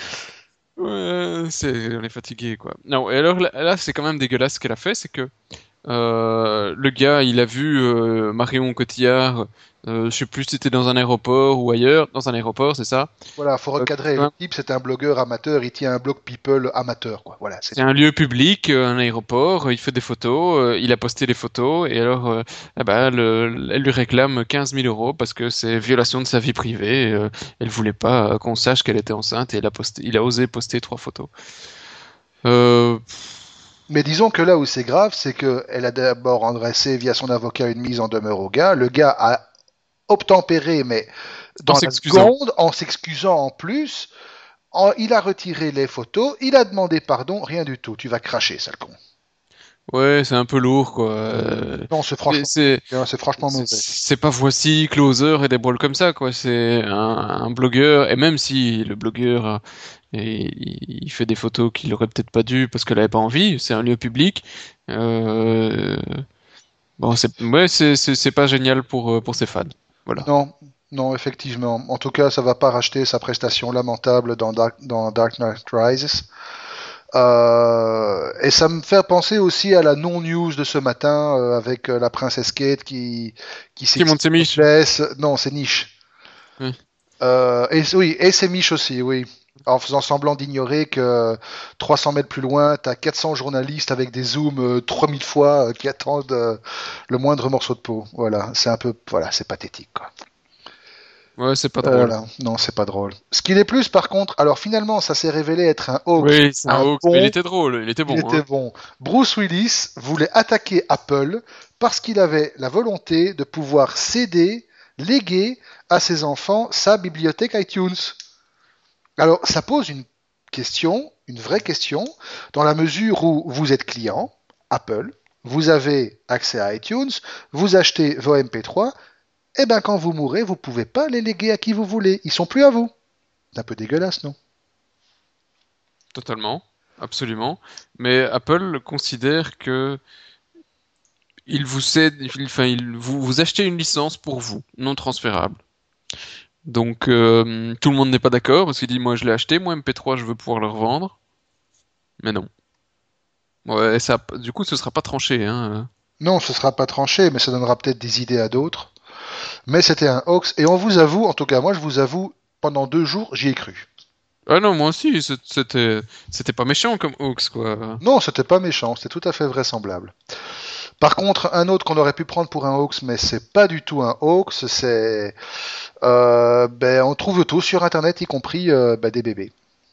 Speaker 2: On est fatigué, quoi. Non, et alors là, c'est quand même dégueulasse ce qu'elle a fait, c'est que le gars, il a vu Marion Cotillard, je sais plus si c'était dans un aéroport ou ailleurs, dans un aéroport, c'est ça.
Speaker 1: Voilà, faut recadrer. Le
Speaker 2: Ouais.
Speaker 1: type, c'est un blogueur amateur, il tient un blog people amateur, quoi. Voilà, c'est
Speaker 2: C'est
Speaker 1: tout.
Speaker 2: un lieu public, un aéroport, il fait des photos, il a posté les photos, et alors elle lui réclame 15 000 € parce que c'est violation de sa vie privée, elle voulait pas qu'on sache qu'elle était enceinte, et il a osé poster 3 photos. Euh,
Speaker 1: Mais disons que là où c'est grave, c'est qu'elle a d'abord adressé via son avocat une mise en demeure au gars. Le gars a obtempéré, mais
Speaker 2: en
Speaker 1: dans la
Speaker 2: s'excusant.
Speaker 1: seconde, en s'excusant en plus. Il a retiré les photos, il a demandé pardon, rien du tout. Tu vas cracher, sale con.
Speaker 2: Ouais, c'est un peu lourd, quoi.
Speaker 1: Non, c'est
Speaker 2: C'est
Speaker 1: franchement,
Speaker 2: c'est-
Speaker 1: c'est franchement mauvais.
Speaker 2: c'est pas Voici, Closer et des rôles comme ça, quoi. C'est un blogueur, et même si le blogueur il fait des photos qu'il aurait peut-être pas dû parce qu'elle avait pas envie, c'est un lieu public. Euh, bon, c'est pas génial pour ses fans. Voilà.
Speaker 1: Non, non, effectivement. En tout cas, ça va pas racheter sa prestation lamentable dans Dark Knight Rises. Et ça me fait penser aussi à la non-news de ce matin avec la princesse Kate qui
Speaker 2: Qui monte ses miches.
Speaker 1: Non, c'est niche.
Speaker 2: Oui.
Speaker 1: Oui, et c'est Mich aussi, oui. En faisant semblant d'ignorer que 300 mètres plus loin, t'as 400 journalistes avec des zooms 3000 fois qui attendent le moindre morceau de peau. Voilà, c'est un peu, voilà, c'est pathétique, quoi.
Speaker 2: Ouais, c'est pas drôle.
Speaker 1: Là. Non, c'est pas drôle. Ce qu'il est plus, par contre, alors finalement, ça s'est révélé être un hoax,
Speaker 2: Oui, c'est un
Speaker 1: un
Speaker 2: hoax, mais il
Speaker 1: bon.
Speaker 2: était drôle, il était
Speaker 1: Il
Speaker 2: bon,
Speaker 1: était
Speaker 2: hein.
Speaker 1: bon. Bruce Willis voulait attaquer Apple parce qu'il avait la volonté de pouvoir céder, léguer à ses enfants sa bibliothèque iTunes. Alors, ça pose une question, une vraie question, dans la mesure où vous êtes client, Apple, vous avez accès à iTunes, vous achetez vos MP3, et bien quand vous mourrez, vous ne pouvez pas les léguer à qui vous voulez. Ils sont plus à vous. C'est un peu dégueulasse, non?
Speaker 2: Totalement, absolument. Mais Apple considère que il vous cède, enfin, vous achetez une licence pour vous, non transférable. Donc tout le monde n'est pas d'accord parce qu'il dit moi je l'ai acheté, moi MP3 je veux pouvoir le revendre, mais non. Ouais, ça, du coup ce sera pas tranché, hein.
Speaker 1: Non, ce ne sera pas tranché, mais ça donnera peut-être des idées à d'autres. Mais c'était un hoax, et on vous avoue, en tout cas moi je vous avoue, pendant 2 jours, j'y ai cru.
Speaker 2: Ah non, moi aussi, c'était pas méchant comme hoax quoi.
Speaker 1: Non, c'était pas méchant, c'était tout à fait vraisemblable. Par contre, un autre qu'on aurait pu prendre pour un hoax, mais c'est pas du tout un hoax, c'est on trouve tout sur Internet, y compris des bébés.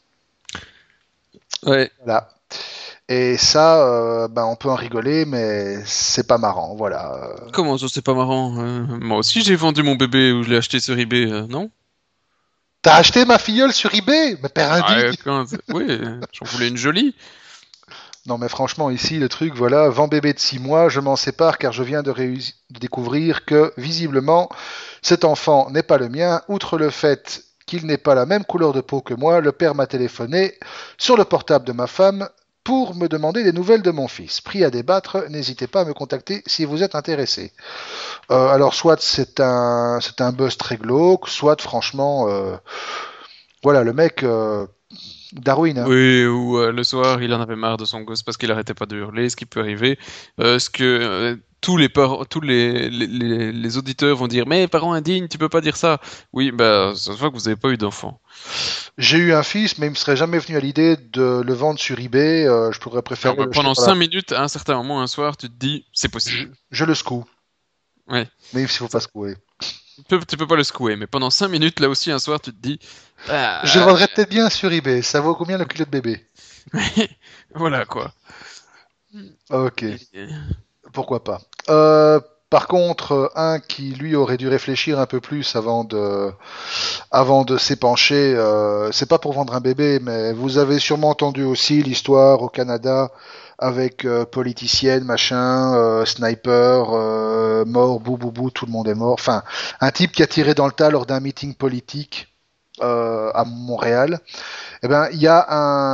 Speaker 2: Ouais.
Speaker 1: Voilà. Et ça, on peut en rigoler, mais c'est pas marrant. Voilà.
Speaker 2: Comment ça c'est pas marrant? Moi aussi j'ai vendu mon bébé ou je l'ai acheté sur eBay, non?
Speaker 1: T'as acheté ma filleule sur eBay, mais père indigne.
Speaker 2: Oui, j'en voulais une jolie.
Speaker 1: Non, mais franchement, ici, le truc, voilà, vent bébé de 6 mois, je m'en sépare car je viens de découvrir que, visiblement, cet enfant n'est pas le mien. Outre le fait qu'il n'ait pas la même couleur de peau que moi, le père m'a téléphoné sur le portable de ma femme pour me demander des nouvelles de mon fils. Pris à débattre, n'hésitez pas à me contacter si vous êtes intéressé. Alors, soit c'est un buzz très glauque, soit, franchement, voilà, le mec, Darwin, hein.
Speaker 2: Oui, ou le soir, il en avait marre de son gosse parce qu'il arrêtait pas de hurler, ce qui peut arriver. Ce que tous les auditeurs vont dire, mais parents indignes, tu peux pas dire ça. Oui, bah, ça se voit que vous avez pas eu d'enfant.
Speaker 1: J'ai eu un fils, mais il me serait jamais venu à l'idée de le vendre sur eBay. Je pourrais
Speaker 2: Alors,
Speaker 1: préférer
Speaker 2: bah,
Speaker 1: le jeter
Speaker 2: pendant
Speaker 1: par la...
Speaker 2: 5 minutes, à un certain moment, un soir, tu te dis, c'est
Speaker 1: Je,
Speaker 2: possible.
Speaker 1: je le secoue,
Speaker 2: Ouais.
Speaker 1: mais il faut pas secouer.
Speaker 2: Tu peux pas le secouer, mais pendant 5 minutes, là aussi, un soir, tu te dis,
Speaker 1: Je le
Speaker 2: ah,
Speaker 1: vendrais peut-être bien sur eBay. Ça vaut combien le kilo de bébé?
Speaker 2: voilà quoi.
Speaker 1: Ok,
Speaker 2: Et-
Speaker 1: pourquoi pas. Par contre, un qui lui aurait dû réfléchir un peu plus avant de s'épancher, c'est pas pour vendre un bébé, mais vous avez sûrement entendu aussi l'histoire au Canada avec politicienne, machin, sniper, mort, bou bou bou, tout le monde est mort. Enfin, un type qui a tiré dans le tas lors d'un meeting politique à Montréal. Eh ben, il y a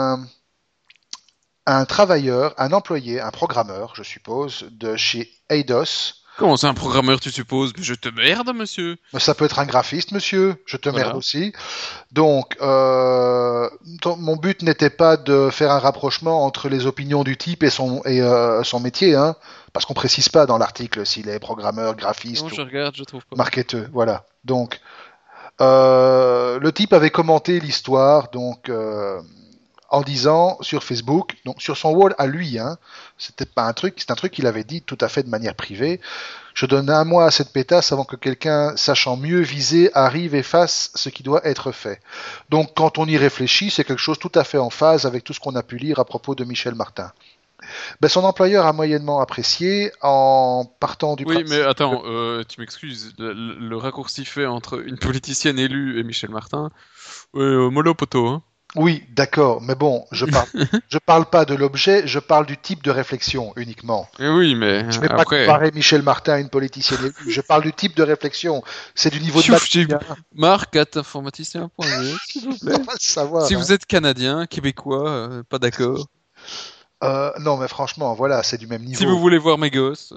Speaker 1: un travailleur, un employé, un programmeur, je suppose, de chez Eidos.
Speaker 2: Comment c'est un programmeur, tu supposes? Mais je te merde, monsieur.
Speaker 1: Ça peut être un graphiste, monsieur. Je te merde
Speaker 2: Voilà.
Speaker 1: aussi. Donc, mon but n'était pas de faire un rapprochement entre les opinions du type et son métier, hein, parce qu'on précise pas dans l'article s'il est programmeur,
Speaker 2: Non,
Speaker 1: graphiste ou
Speaker 2: je regarde, je trouve pas.
Speaker 1: marketeur. Voilà. Donc, le type avait commenté l'histoire, donc en disant sur Facebook, donc sur son wall à lui, hein, c'était pas un truc, c'est un truc qu'il avait dit tout à fait de manière privée. Je donne un mois à cette pétasse avant que quelqu'un sachant mieux viser arrive et fasse ce qui doit être fait. Donc quand on y réfléchit, c'est quelque chose tout à fait en phase avec tout ce qu'on a pu lire à propos de Michel Martin. Ben, son employeur a moyennement apprécié en partant du
Speaker 2: Oui, mais
Speaker 1: principe.
Speaker 2: attends, tu m'excuses, le raccourci fait entre une politicienne élue et Michel Martin, ouais, mollo poteau, hein.
Speaker 1: Oui, d'accord, mais bon, je parle pas de l'objet, je parle du type de réflexion uniquement.
Speaker 2: Et oui, mais
Speaker 1: Je vais pas
Speaker 2: après,
Speaker 1: comparer Michel Martin à une politicienne élue. Je parle du type de réflexion. C'est du niveau de
Speaker 2: piouf, j'ai
Speaker 1: bataille, hein.
Speaker 2: marc@informaticien.be, s'il vous
Speaker 1: On
Speaker 2: plaît.
Speaker 1: va le savoir,
Speaker 2: Si
Speaker 1: hein.
Speaker 2: vous êtes canadien, québécois, pas d'accord.
Speaker 1: Non, mais franchement, voilà, c'est du même
Speaker 2: Si vous
Speaker 1: niveau.
Speaker 2: voulez voir mes gosses,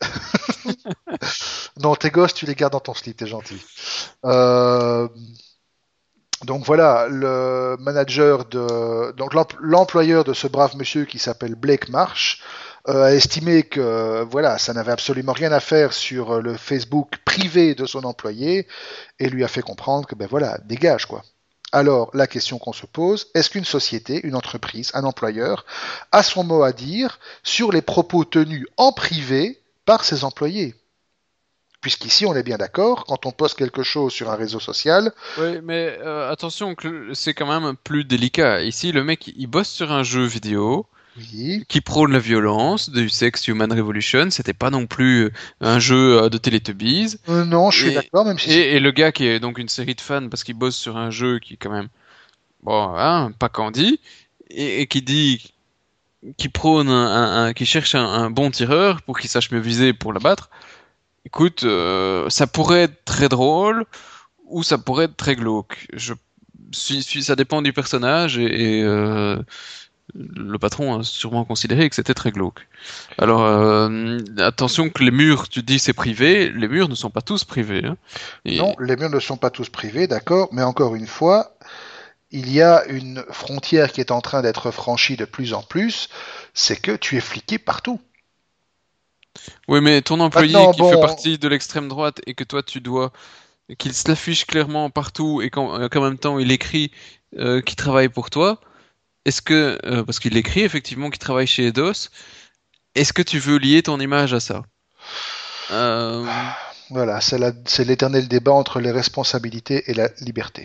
Speaker 1: Non, tes gosses, tu les gardes dans ton slip, t'es gentil. Euh, donc voilà, le manager donc l'employeur de ce brave monsieur qui s'appelle Blake Marsh a estimé que voilà, ça n'avait absolument rien à faire sur le Facebook privé de son employé et lui a fait comprendre que ben voilà, dégage quoi. Alors la question qu'on se pose, est-ce qu'une société, une entreprise, un employeur a son mot à dire sur les propos tenus en privé par ses employés? Puisqu'ici, on est bien d'accord, quand on poste quelque chose sur un réseau social...
Speaker 2: Oui, mais attention, que c'est quand même plus délicat. Ici, le mec, il bosse sur un jeu vidéo
Speaker 1: Oui.
Speaker 2: qui prône la violence, du sexe Human Revolution. C'était pas non plus un jeu de Teletubbies.
Speaker 1: Non, je suis
Speaker 2: Et,
Speaker 1: d'accord, même si c'est...
Speaker 2: et le gars qui est donc une série de fans parce qu'il bosse sur un jeu qui est quand même, bon, hein, pas Candy, et qui dit, qui prône qui cherche un bon tireur pour qu'il sache mieux viser pour l'abattre. Écoute, ça pourrait être très drôle ou ça pourrait être très glauque. Ça dépend du personnage et le patron a sûrement considéré que c'était très glauque. Alors attention que les murs, tu dis c'est privé, les murs ne sont pas tous privés. Hein.
Speaker 1: Non, les murs ne sont pas tous privés, d'accord, mais encore une fois, il y a une frontière qui est en train d'être franchie de plus en plus, c'est que tu es fliqué partout.
Speaker 2: Oui, mais ton employé
Speaker 1: Maintenant,
Speaker 2: qui fait
Speaker 1: bon,
Speaker 2: partie de l'extrême droite et que toi tu dois, qu'il se l'affiche clairement partout et qu'en même temps il écrit qu'il travaille pour toi, est-ce que, parce qu'il écrit effectivement qu'il travaille chez Eidos, est-ce que tu veux lier ton image à ça? Euh,
Speaker 1: voilà, c'est l'éternel débat entre les responsabilités et la liberté.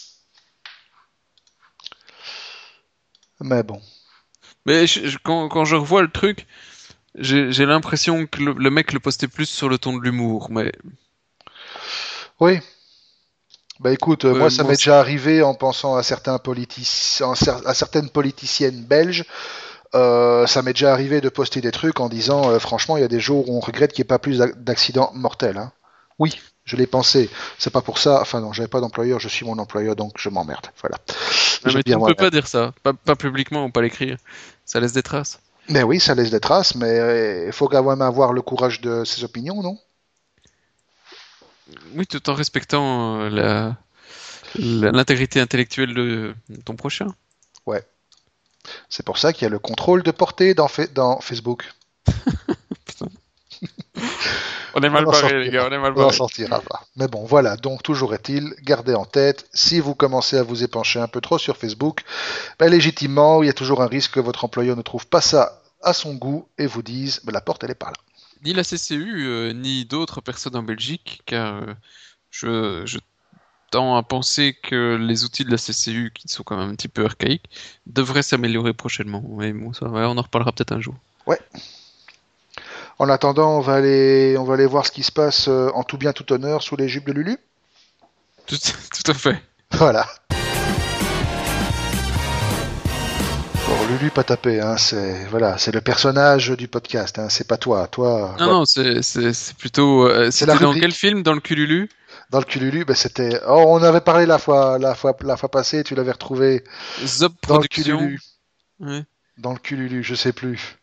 Speaker 1: Mais bon,
Speaker 2: Mais quand je revois le truc, j'ai l'impression que le mec le postait plus sur le ton de l'humour. Mais
Speaker 1: oui. Bah écoute, moi ça
Speaker 2: bon,
Speaker 1: m'est déjà arrivé en pensant à certains politiciens, à certaines politiciennes belges. Ça m'est déjà arrivé de poster des trucs en disant franchement, il y a des jours où on regrette qu'il n'y ait pas plus d'accidents mortels. Hein. Oui, je l'ai pensé. C'est pas pour ça. Enfin non, j'avais pas d'employeur, je suis mon employeur, donc je m'emmerde. Voilà. Je
Speaker 2: mais
Speaker 1: vais
Speaker 2: tu
Speaker 1: dire
Speaker 2: ne peux
Speaker 1: moi-même.
Speaker 2: pas dire ça, pas publiquement ou pas l'écrire. Ça laisse des traces.
Speaker 1: Mais oui, ça laisse des traces, mais il faut quand même avoir le courage de ses opinions, non?
Speaker 2: Oui, tout en respectant l'intégrité intellectuelle de ton prochain.
Speaker 1: Ouais. C'est pour ça qu'il y a le contrôle de portée dans Facebook.
Speaker 2: Putain. On est
Speaker 1: On
Speaker 2: mal
Speaker 1: en
Speaker 2: barré, les
Speaker 1: sortira.
Speaker 2: gars, on est mal
Speaker 1: On en
Speaker 2: barré.
Speaker 1: sortira pas. Mais bon, voilà. Donc, toujours est-il, gardez en tête, si vous commencez à vous épancher un peu trop sur Facebook, ben, légitimement, il y a toujours un risque que votre employeur ne trouve pas ça à son goût et vous dise, ben, la porte, elle est par là.
Speaker 2: Ni la CCU, ni d'autres personnes en Belgique, car je tends à penser que les outils de la CCU, qui sont quand même un petit peu archaïques, devraient s'améliorer prochainement. Mais bon, ça, ouais, on en reparlera peut-être un jour.
Speaker 1: Ouais. En attendant, on va aller voir ce qui se passe en tout bien, tout honneur sous les jupes de Lulu.
Speaker 2: Tout, tout à fait.
Speaker 1: Voilà. Bon, Lulu, pas tapé, hein, c'est voilà, c'est le personnage du podcast, hein, c'est pas toi. Toi,
Speaker 2: Non,
Speaker 1: voilà.
Speaker 2: non, c'est plutôt.
Speaker 1: C'est la
Speaker 2: C'était dans quel
Speaker 1: rubrique.
Speaker 2: film? Dans le Cululu?
Speaker 1: Dans le Cululu, ben c'était. Oh, on avait parlé la fois passée, tu l'avais retrouvé
Speaker 2: Zop
Speaker 1: dans le
Speaker 2: Production.
Speaker 1: Cululu.
Speaker 2: Ouais.
Speaker 1: Dans le Cululu, je sais plus.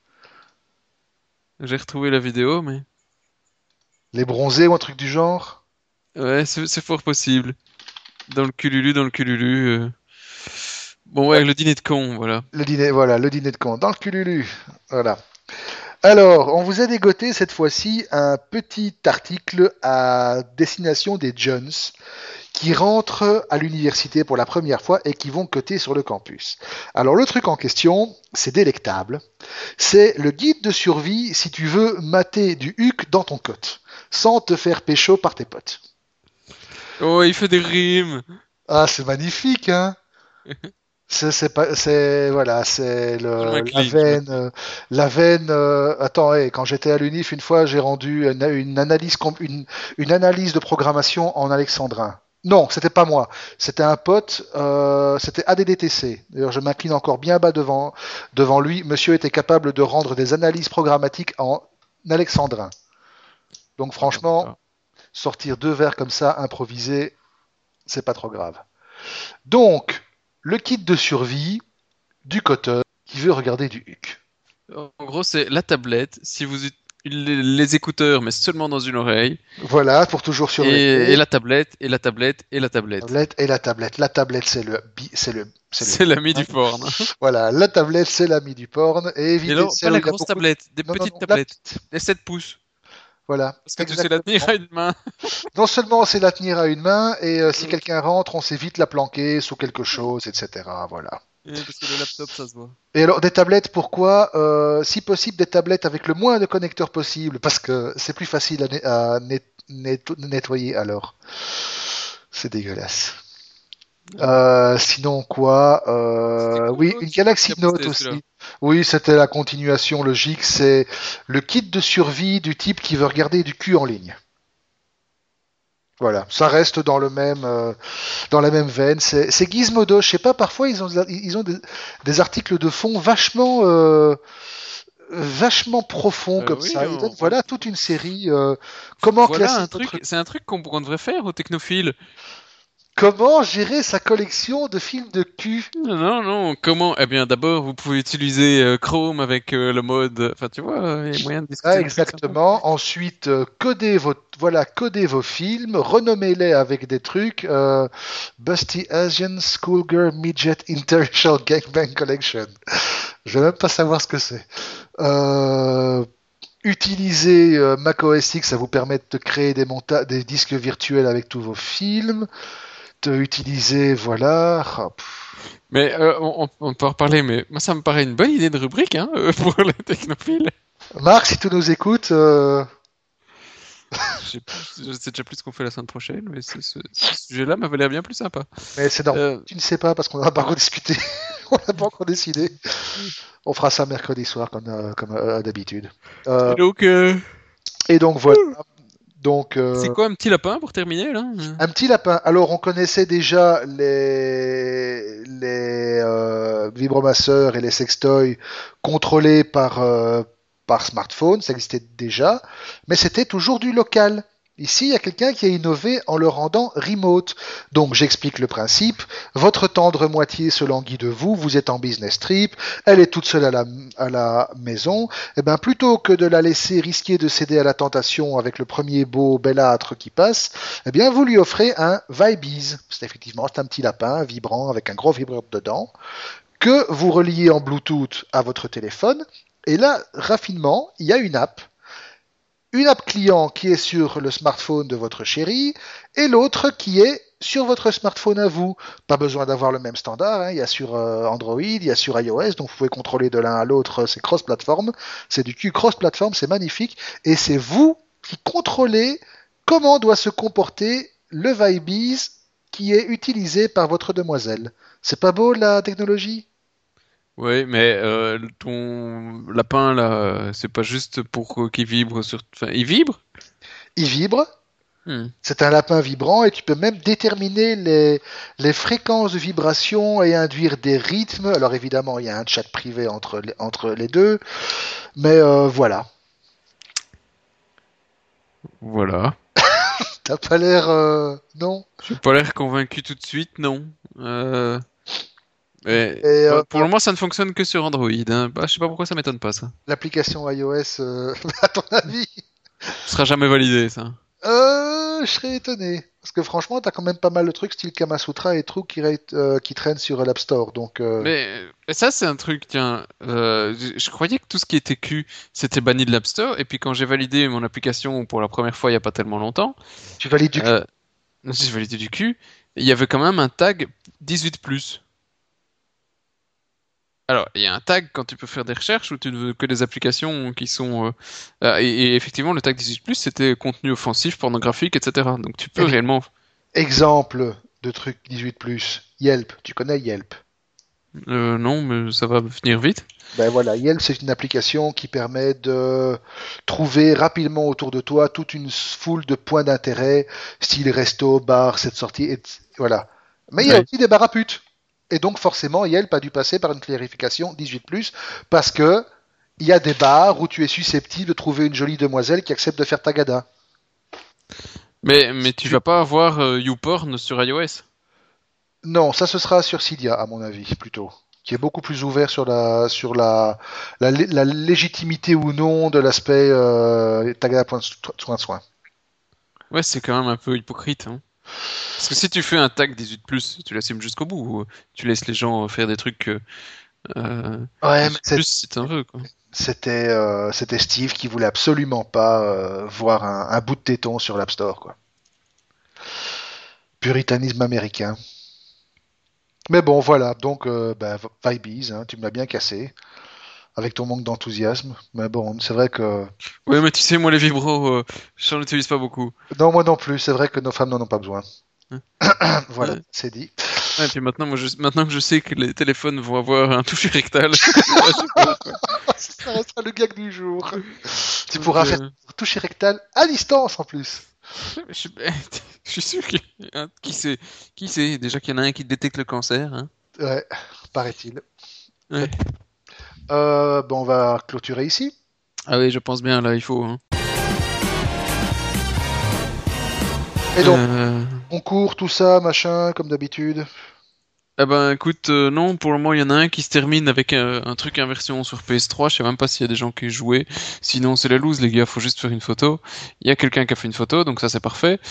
Speaker 2: J'ai retrouvé la vidéo, mais.
Speaker 1: Les bronzés ou un truc du genre?
Speaker 2: Ouais, c'est fort possible. Dans le Cululu, dans le Cululu. Bon,
Speaker 1: Ouais,
Speaker 2: ouais, le dîner de con, voilà.
Speaker 1: le dîner, voilà, le dîner de con. Dans le Cululu. Voilà. Alors, on vous a dégoté cette fois-ci un petit article à destination des jeunes qui rentrent à l'université pour la première fois et qui vont coter sur le campus. Alors, le truc en question, c'est délectable. C'est le guide de survie si tu veux mater du huc dans ton cote, sans te faire pécho par tes potes.
Speaker 2: Oh, il fait des rimes.
Speaker 1: Ah, c'est magnifique, hein? C'est pas, c'est, voilà, c'est
Speaker 2: Je
Speaker 1: la
Speaker 2: m'incline, je
Speaker 1: veine,
Speaker 2: m'incline.
Speaker 1: la veine. Attends, hey, quand j'étais à l'UNIF, une fois, j'ai rendu une analyse de programmation en alexandrin. Non, c'était pas moi, c'était un pote, c'était ADDTC. D'ailleurs, je m'incline encore bien bas devant lui. Monsieur était capable de rendre des analyses programmatiques en alexandrin. Donc,
Speaker 2: Ah bah
Speaker 1: franchement,
Speaker 2: voilà.
Speaker 1: sortir deux vers comme ça, improvisés, c'est pas trop grave. Donc, le kit de survie du coteur qui veut regarder du HUC.
Speaker 2: En gros, c'est la tablette, si vous les écouteurs, mais seulement dans une oreille,
Speaker 1: Voilà, pour toujours
Speaker 2: et
Speaker 1: surveiller.
Speaker 2: la tablette, et la tablette, et la tablette.
Speaker 1: Tablette et la tablette. La tablette, c'est le
Speaker 2: C'est
Speaker 1: bi.
Speaker 2: l'ami
Speaker 1: Hein.
Speaker 2: du porn.
Speaker 1: Voilà, la tablette, c'est l'ami du porn. Et
Speaker 2: Et
Speaker 1: évitez
Speaker 2: non, pas
Speaker 1: celle où
Speaker 2: la
Speaker 1: il y a
Speaker 2: grosse
Speaker 1: beaucoup.
Speaker 2: tablette, des
Speaker 1: Non, non,
Speaker 2: petites
Speaker 1: non, la
Speaker 2: tablettes,
Speaker 1: petite.
Speaker 2: les 7 pouces.
Speaker 1: Voilà,
Speaker 2: Parce que tu sais la tenir
Speaker 1: exactement.
Speaker 2: à une main.
Speaker 1: Non seulement c'est la tenir à une main, et si
Speaker 2: Oui,
Speaker 1: quelqu'un rentre, on sait vite la planquer sous quelque chose, etc. Voilà.
Speaker 2: parce que le laptop, ça se voit.
Speaker 1: Et alors, des tablettes, pourquoi Si possible, des tablettes avec le moins de connecteurs possible, parce que c'est plus facile nettoyer alors. C'est dégueulasse. Sinon quoi oui, une Galaxy Note aussi. Oui, c'était la continuation logique. C'est le kit de survie du type qui veut regarder du cul en ligne. Voilà, ça reste dans la même veine. C'est Gizmodo. Je sais pas. Parfois ils ont des articles de fond vachement profonds comme
Speaker 2: Oui,
Speaker 1: ça. Ils donnent voilà toute une série. Comment
Speaker 2: voilà
Speaker 1: classer
Speaker 2: un truc, c'est un truc qu'on devrait faire aux technophiles.
Speaker 1: comment gérer sa collection de films de cul.
Speaker 2: Non, non, non. Comment? Eh bien, d'abord, vous pouvez utiliser Chrome avec le mode. Enfin, tu vois, il y a moyen de
Speaker 1: Ah,
Speaker 2: discuter de trucs sympas.
Speaker 1: exactement. Ensuite, codez vos films, renommez-les avec des trucs. Busty Asian Schoolgirl Midget Interracial Gangbang Collection. Je vais même pas savoir ce que c'est. Utilisez Mac OS X, ça vous permet de créer des disques virtuels avec tous vos films. Utiliser, voilà. Ah,
Speaker 2: Mais on peut en reparler, mais moi, ça me paraît une bonne idée de rubrique hein, pour les technophiles.
Speaker 1: Marc, si tu nous écoutes,
Speaker 2: Je sais déjà plus ce qu'on fait la semaine prochaine, mais ce sujet-là m'avait l'air bien plus sympa.
Speaker 1: mais c'est normal.
Speaker 2: Euh,
Speaker 1: Tu ne sais pas parce qu'on n'a pas encore discuté. On n'a pas encore décidé. On fera ça mercredi soir comme d'habitude.
Speaker 2: et
Speaker 1: Euh,
Speaker 2: donc,
Speaker 1: et donc voilà. Donc
Speaker 2: c'est quoi un petit lapin pour terminer là?
Speaker 1: un petit lapin. Alors on connaissait déjà les vibromasseurs et les sextoys contrôlés par smartphone, ça existait déjà, mais c'était toujours du local. Ici, il y a quelqu'un qui a innové en le rendant remote. Donc, j'explique le principe. Votre tendre moitié se languit de vous, vous êtes en business trip, elle est toute seule à la maison. Eh ben, plutôt que de la laisser risquer de céder à la tentation avec le premier beau belâtre qui passe, eh bien, vous lui offrez un Vibez. C'est un petit lapin vibrant avec un gros vibreur dedans que vous reliez en Bluetooth à votre téléphone. Et là, raffinement, il y a une app client qui est sur le smartphone de votre chérie et l'autre qui est sur votre smartphone à vous. Pas besoin d'avoir le même standard, hein. Il y a sur Android, il y a sur iOS, donc vous pouvez contrôler de l'un à l'autre, c'est cross-platform, c'est du cul cross-platform, c'est magnifique, et c'est vous qui contrôlez comment doit se comporter le Vibez qui est utilisé par votre demoiselle. C'est pas beau la technologie?
Speaker 2: Ouais, mais ton lapin là, c'est pas juste pour qu'il vibre sur. Enfin, il vibre?
Speaker 1: Il vibre,
Speaker 2: Hmm.
Speaker 1: c'est un lapin vibrant et tu peux même déterminer les fréquences de vibration et induire des rythmes. Alors évidemment, il y a un chat privé entre les deux, mais voilà.
Speaker 2: Voilà.
Speaker 1: T'as pas l'air... non.
Speaker 2: J'ai pas l'air convaincu tout de suite, non. Euh, mais,
Speaker 1: Et
Speaker 2: bah, pour le moment, ça ne fonctionne que sur Android. Hein. Bah, je sais pas pourquoi ça m'étonne pas ça.
Speaker 1: l'application iOS, à ton avis,
Speaker 2: Ce sera jamais validé ça.
Speaker 1: je serais étonné. Parce que franchement, t'as quand même pas mal de trucs style Kamasutra et trucs qui traînent sur l'App Store. Donc,
Speaker 2: Mais ça, c'est un truc, tiens. Je croyais que tout ce qui était Q, c'était banni de l'App Store. Et puis quand j'ai validé mon application pour la première fois il y a pas tellement longtemps,
Speaker 1: tu valides du...
Speaker 2: euh, j'ai validé du Q, il y avait quand même un tag 18+. Alors, il y a un tag quand tu peux faire des recherches où tu ne veux que des applications qui sont... et effectivement, le tag 18+, c'était contenu offensif, pornographique, etc. Donc tu peux réellement...
Speaker 1: Exemple de truc 18+. Yelp. Tu connais Yelp?
Speaker 2: Non, mais ça va venir vite.
Speaker 1: Ben voilà, Yelp, c'est une application qui permet de trouver rapidement autour de toi toute une foule de points d'intérêt, style resto, bar, cette sortie, voilà. Mais il y a
Speaker 2: Ouais.
Speaker 1: aussi des bars à putes. Et donc forcément, Yelp a dû passer par une clarification 18+, parce que il y a des bars où tu es susceptible de trouver une jolie demoiselle qui accepte de faire ta gada.
Speaker 2: Mais tu vas pas avoir YouPorn sur iOS.
Speaker 1: Non, ça ce sera sur Cydia, à mon avis, plutôt. Qui est beaucoup plus ouvert sur la légitimité ou non de l'aspect tagada point de soin.
Speaker 2: Ouais, c'est quand même un peu hypocrite. Hein. Parce que si tu fais un tag 18+, tu l'assumes jusqu'au bout. Ou tu laisses les gens faire des trucs
Speaker 1: Ouais, mais
Speaker 2: 18+, si t'en veux, quoi.
Speaker 1: c'était Steve qui voulait absolument pas voir un bout de téton sur l'App Store, quoi. Puritanisme américain. Mais bon, voilà, donc Vibez, hein, tu me l'as bien cassé. avec ton manque d'enthousiasme. Mais bon, c'est vrai que...
Speaker 2: Oui, mais tu sais, moi, les vibros, j'en utilise pas beaucoup.
Speaker 1: Non, moi non plus, c'est vrai que nos femmes n'en ont pas besoin.
Speaker 2: Hein.
Speaker 1: Voilà,
Speaker 2: Ouais.
Speaker 1: c'est dit.
Speaker 2: Ouais, et puis maintenant, maintenant que je sais que les téléphones vont avoir un toucher rectal, je sais pas, quoi.
Speaker 1: Ça restera le gag du jour. Tu
Speaker 2: Donc,
Speaker 1: pourras faire toucher rectal à distance en plus.
Speaker 2: je, suis je suis sûr qui sait, déjà qu'il y en a un qui détecte le cancer, hein.
Speaker 1: Ouais, paraît-il.
Speaker 2: Ouais.
Speaker 1: Bon, on va clôturer ici.
Speaker 2: Ah oui, je pense bien, là, il faut, hein.
Speaker 1: Et donc,
Speaker 2: Euh,
Speaker 1: concours, tout ça, machin, comme d'habitude.
Speaker 2: Eh ben, écoute, non, pour le moment, il y en a un qui se termine avec un truc inversion sur PS3. Je sais même pas s'il y a des gens qui jouaient. Sinon, c'est la loose, les gars. Faut juste faire une photo. Il y a quelqu'un qui a fait une photo, donc ça, c'est parfait.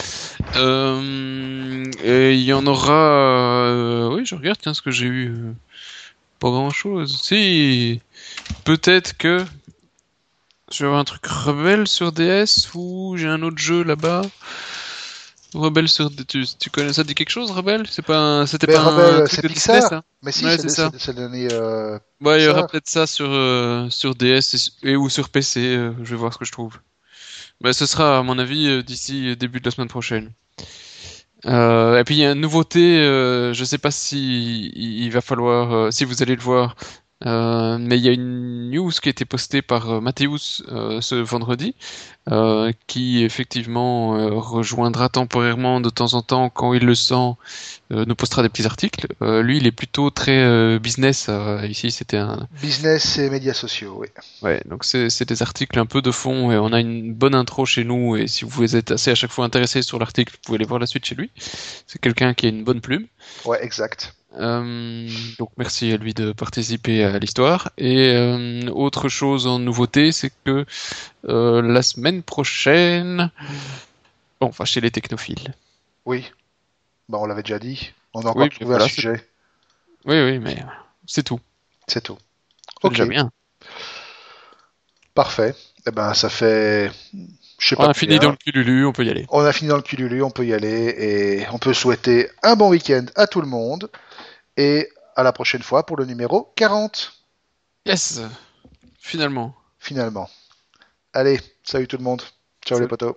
Speaker 2: Et il y en aura. Oui, je regarde, tiens, ce que j'ai eu. Pas grand-chose. Si, peut-être que je vais avoir un truc Rebelle sur DS ou j'ai un autre jeu là-bas. Rebelle sur tu connais ça, dit quelque chose, Rebelle? C'était
Speaker 1: Mais
Speaker 2: pas un
Speaker 1: Rebelle,
Speaker 2: truc
Speaker 1: c'est
Speaker 2: de Disney,
Speaker 1: Pixar.
Speaker 2: ça?
Speaker 1: Mais si,
Speaker 2: Ouais, c'est ça.
Speaker 1: c'est le dernier
Speaker 2: Ouais, il y aura
Speaker 1: Pixar.
Speaker 2: peut-être ça sur DS ou sur PC, je vais voir ce que je trouve. Mais ce sera, à mon avis, d'ici début de la semaine prochaine. Et puis il y a une nouveauté, je sais pas si il va falloir, si vous allez le voir, mais il y a une news qui a été postée par Mathéus ce vendredi, qui effectivement rejoindra temporairement de temps en temps quand il le sent, nous postera des petits articles. Lui, il est plutôt très business. Ici, c'était un
Speaker 1: Business et médias sociaux, oui.
Speaker 2: Ouais, donc c'est des articles un peu de fond et on a une bonne intro chez nous et si vous êtes assez à chaque fois intéressé sur l'article, vous pouvez aller voir la suite chez lui. C'est quelqu'un qui a une bonne plume.
Speaker 1: Ouais, exact.
Speaker 2: Donc merci à lui de participer à l'histoire. Et autre chose en nouveauté, c'est que la semaine prochaine, bon, enfin chez les technophiles.
Speaker 1: Oui. Bah, on l'avait déjà dit. On a encore
Speaker 2: Oui, mais
Speaker 1: trouvé
Speaker 2: voilà,
Speaker 1: un sujet.
Speaker 2: oui, oui, mais c'est tout.
Speaker 1: C'est tout.
Speaker 2: C'est
Speaker 1: Ok,
Speaker 2: déjà bien.
Speaker 1: parfait. Eh ben, ça fait... Je sais
Speaker 2: On
Speaker 1: pas
Speaker 2: a fini
Speaker 1: combien.
Speaker 2: dans le cululu, on peut y aller.
Speaker 1: On a fini dans le cululu, on peut y aller et on peut souhaiter un bon week-end à tout le monde et à la prochaine fois pour le numéro 40,
Speaker 2: Yes, finalement.
Speaker 1: finalement. Allez, salut tout le monde. Ciao les potos.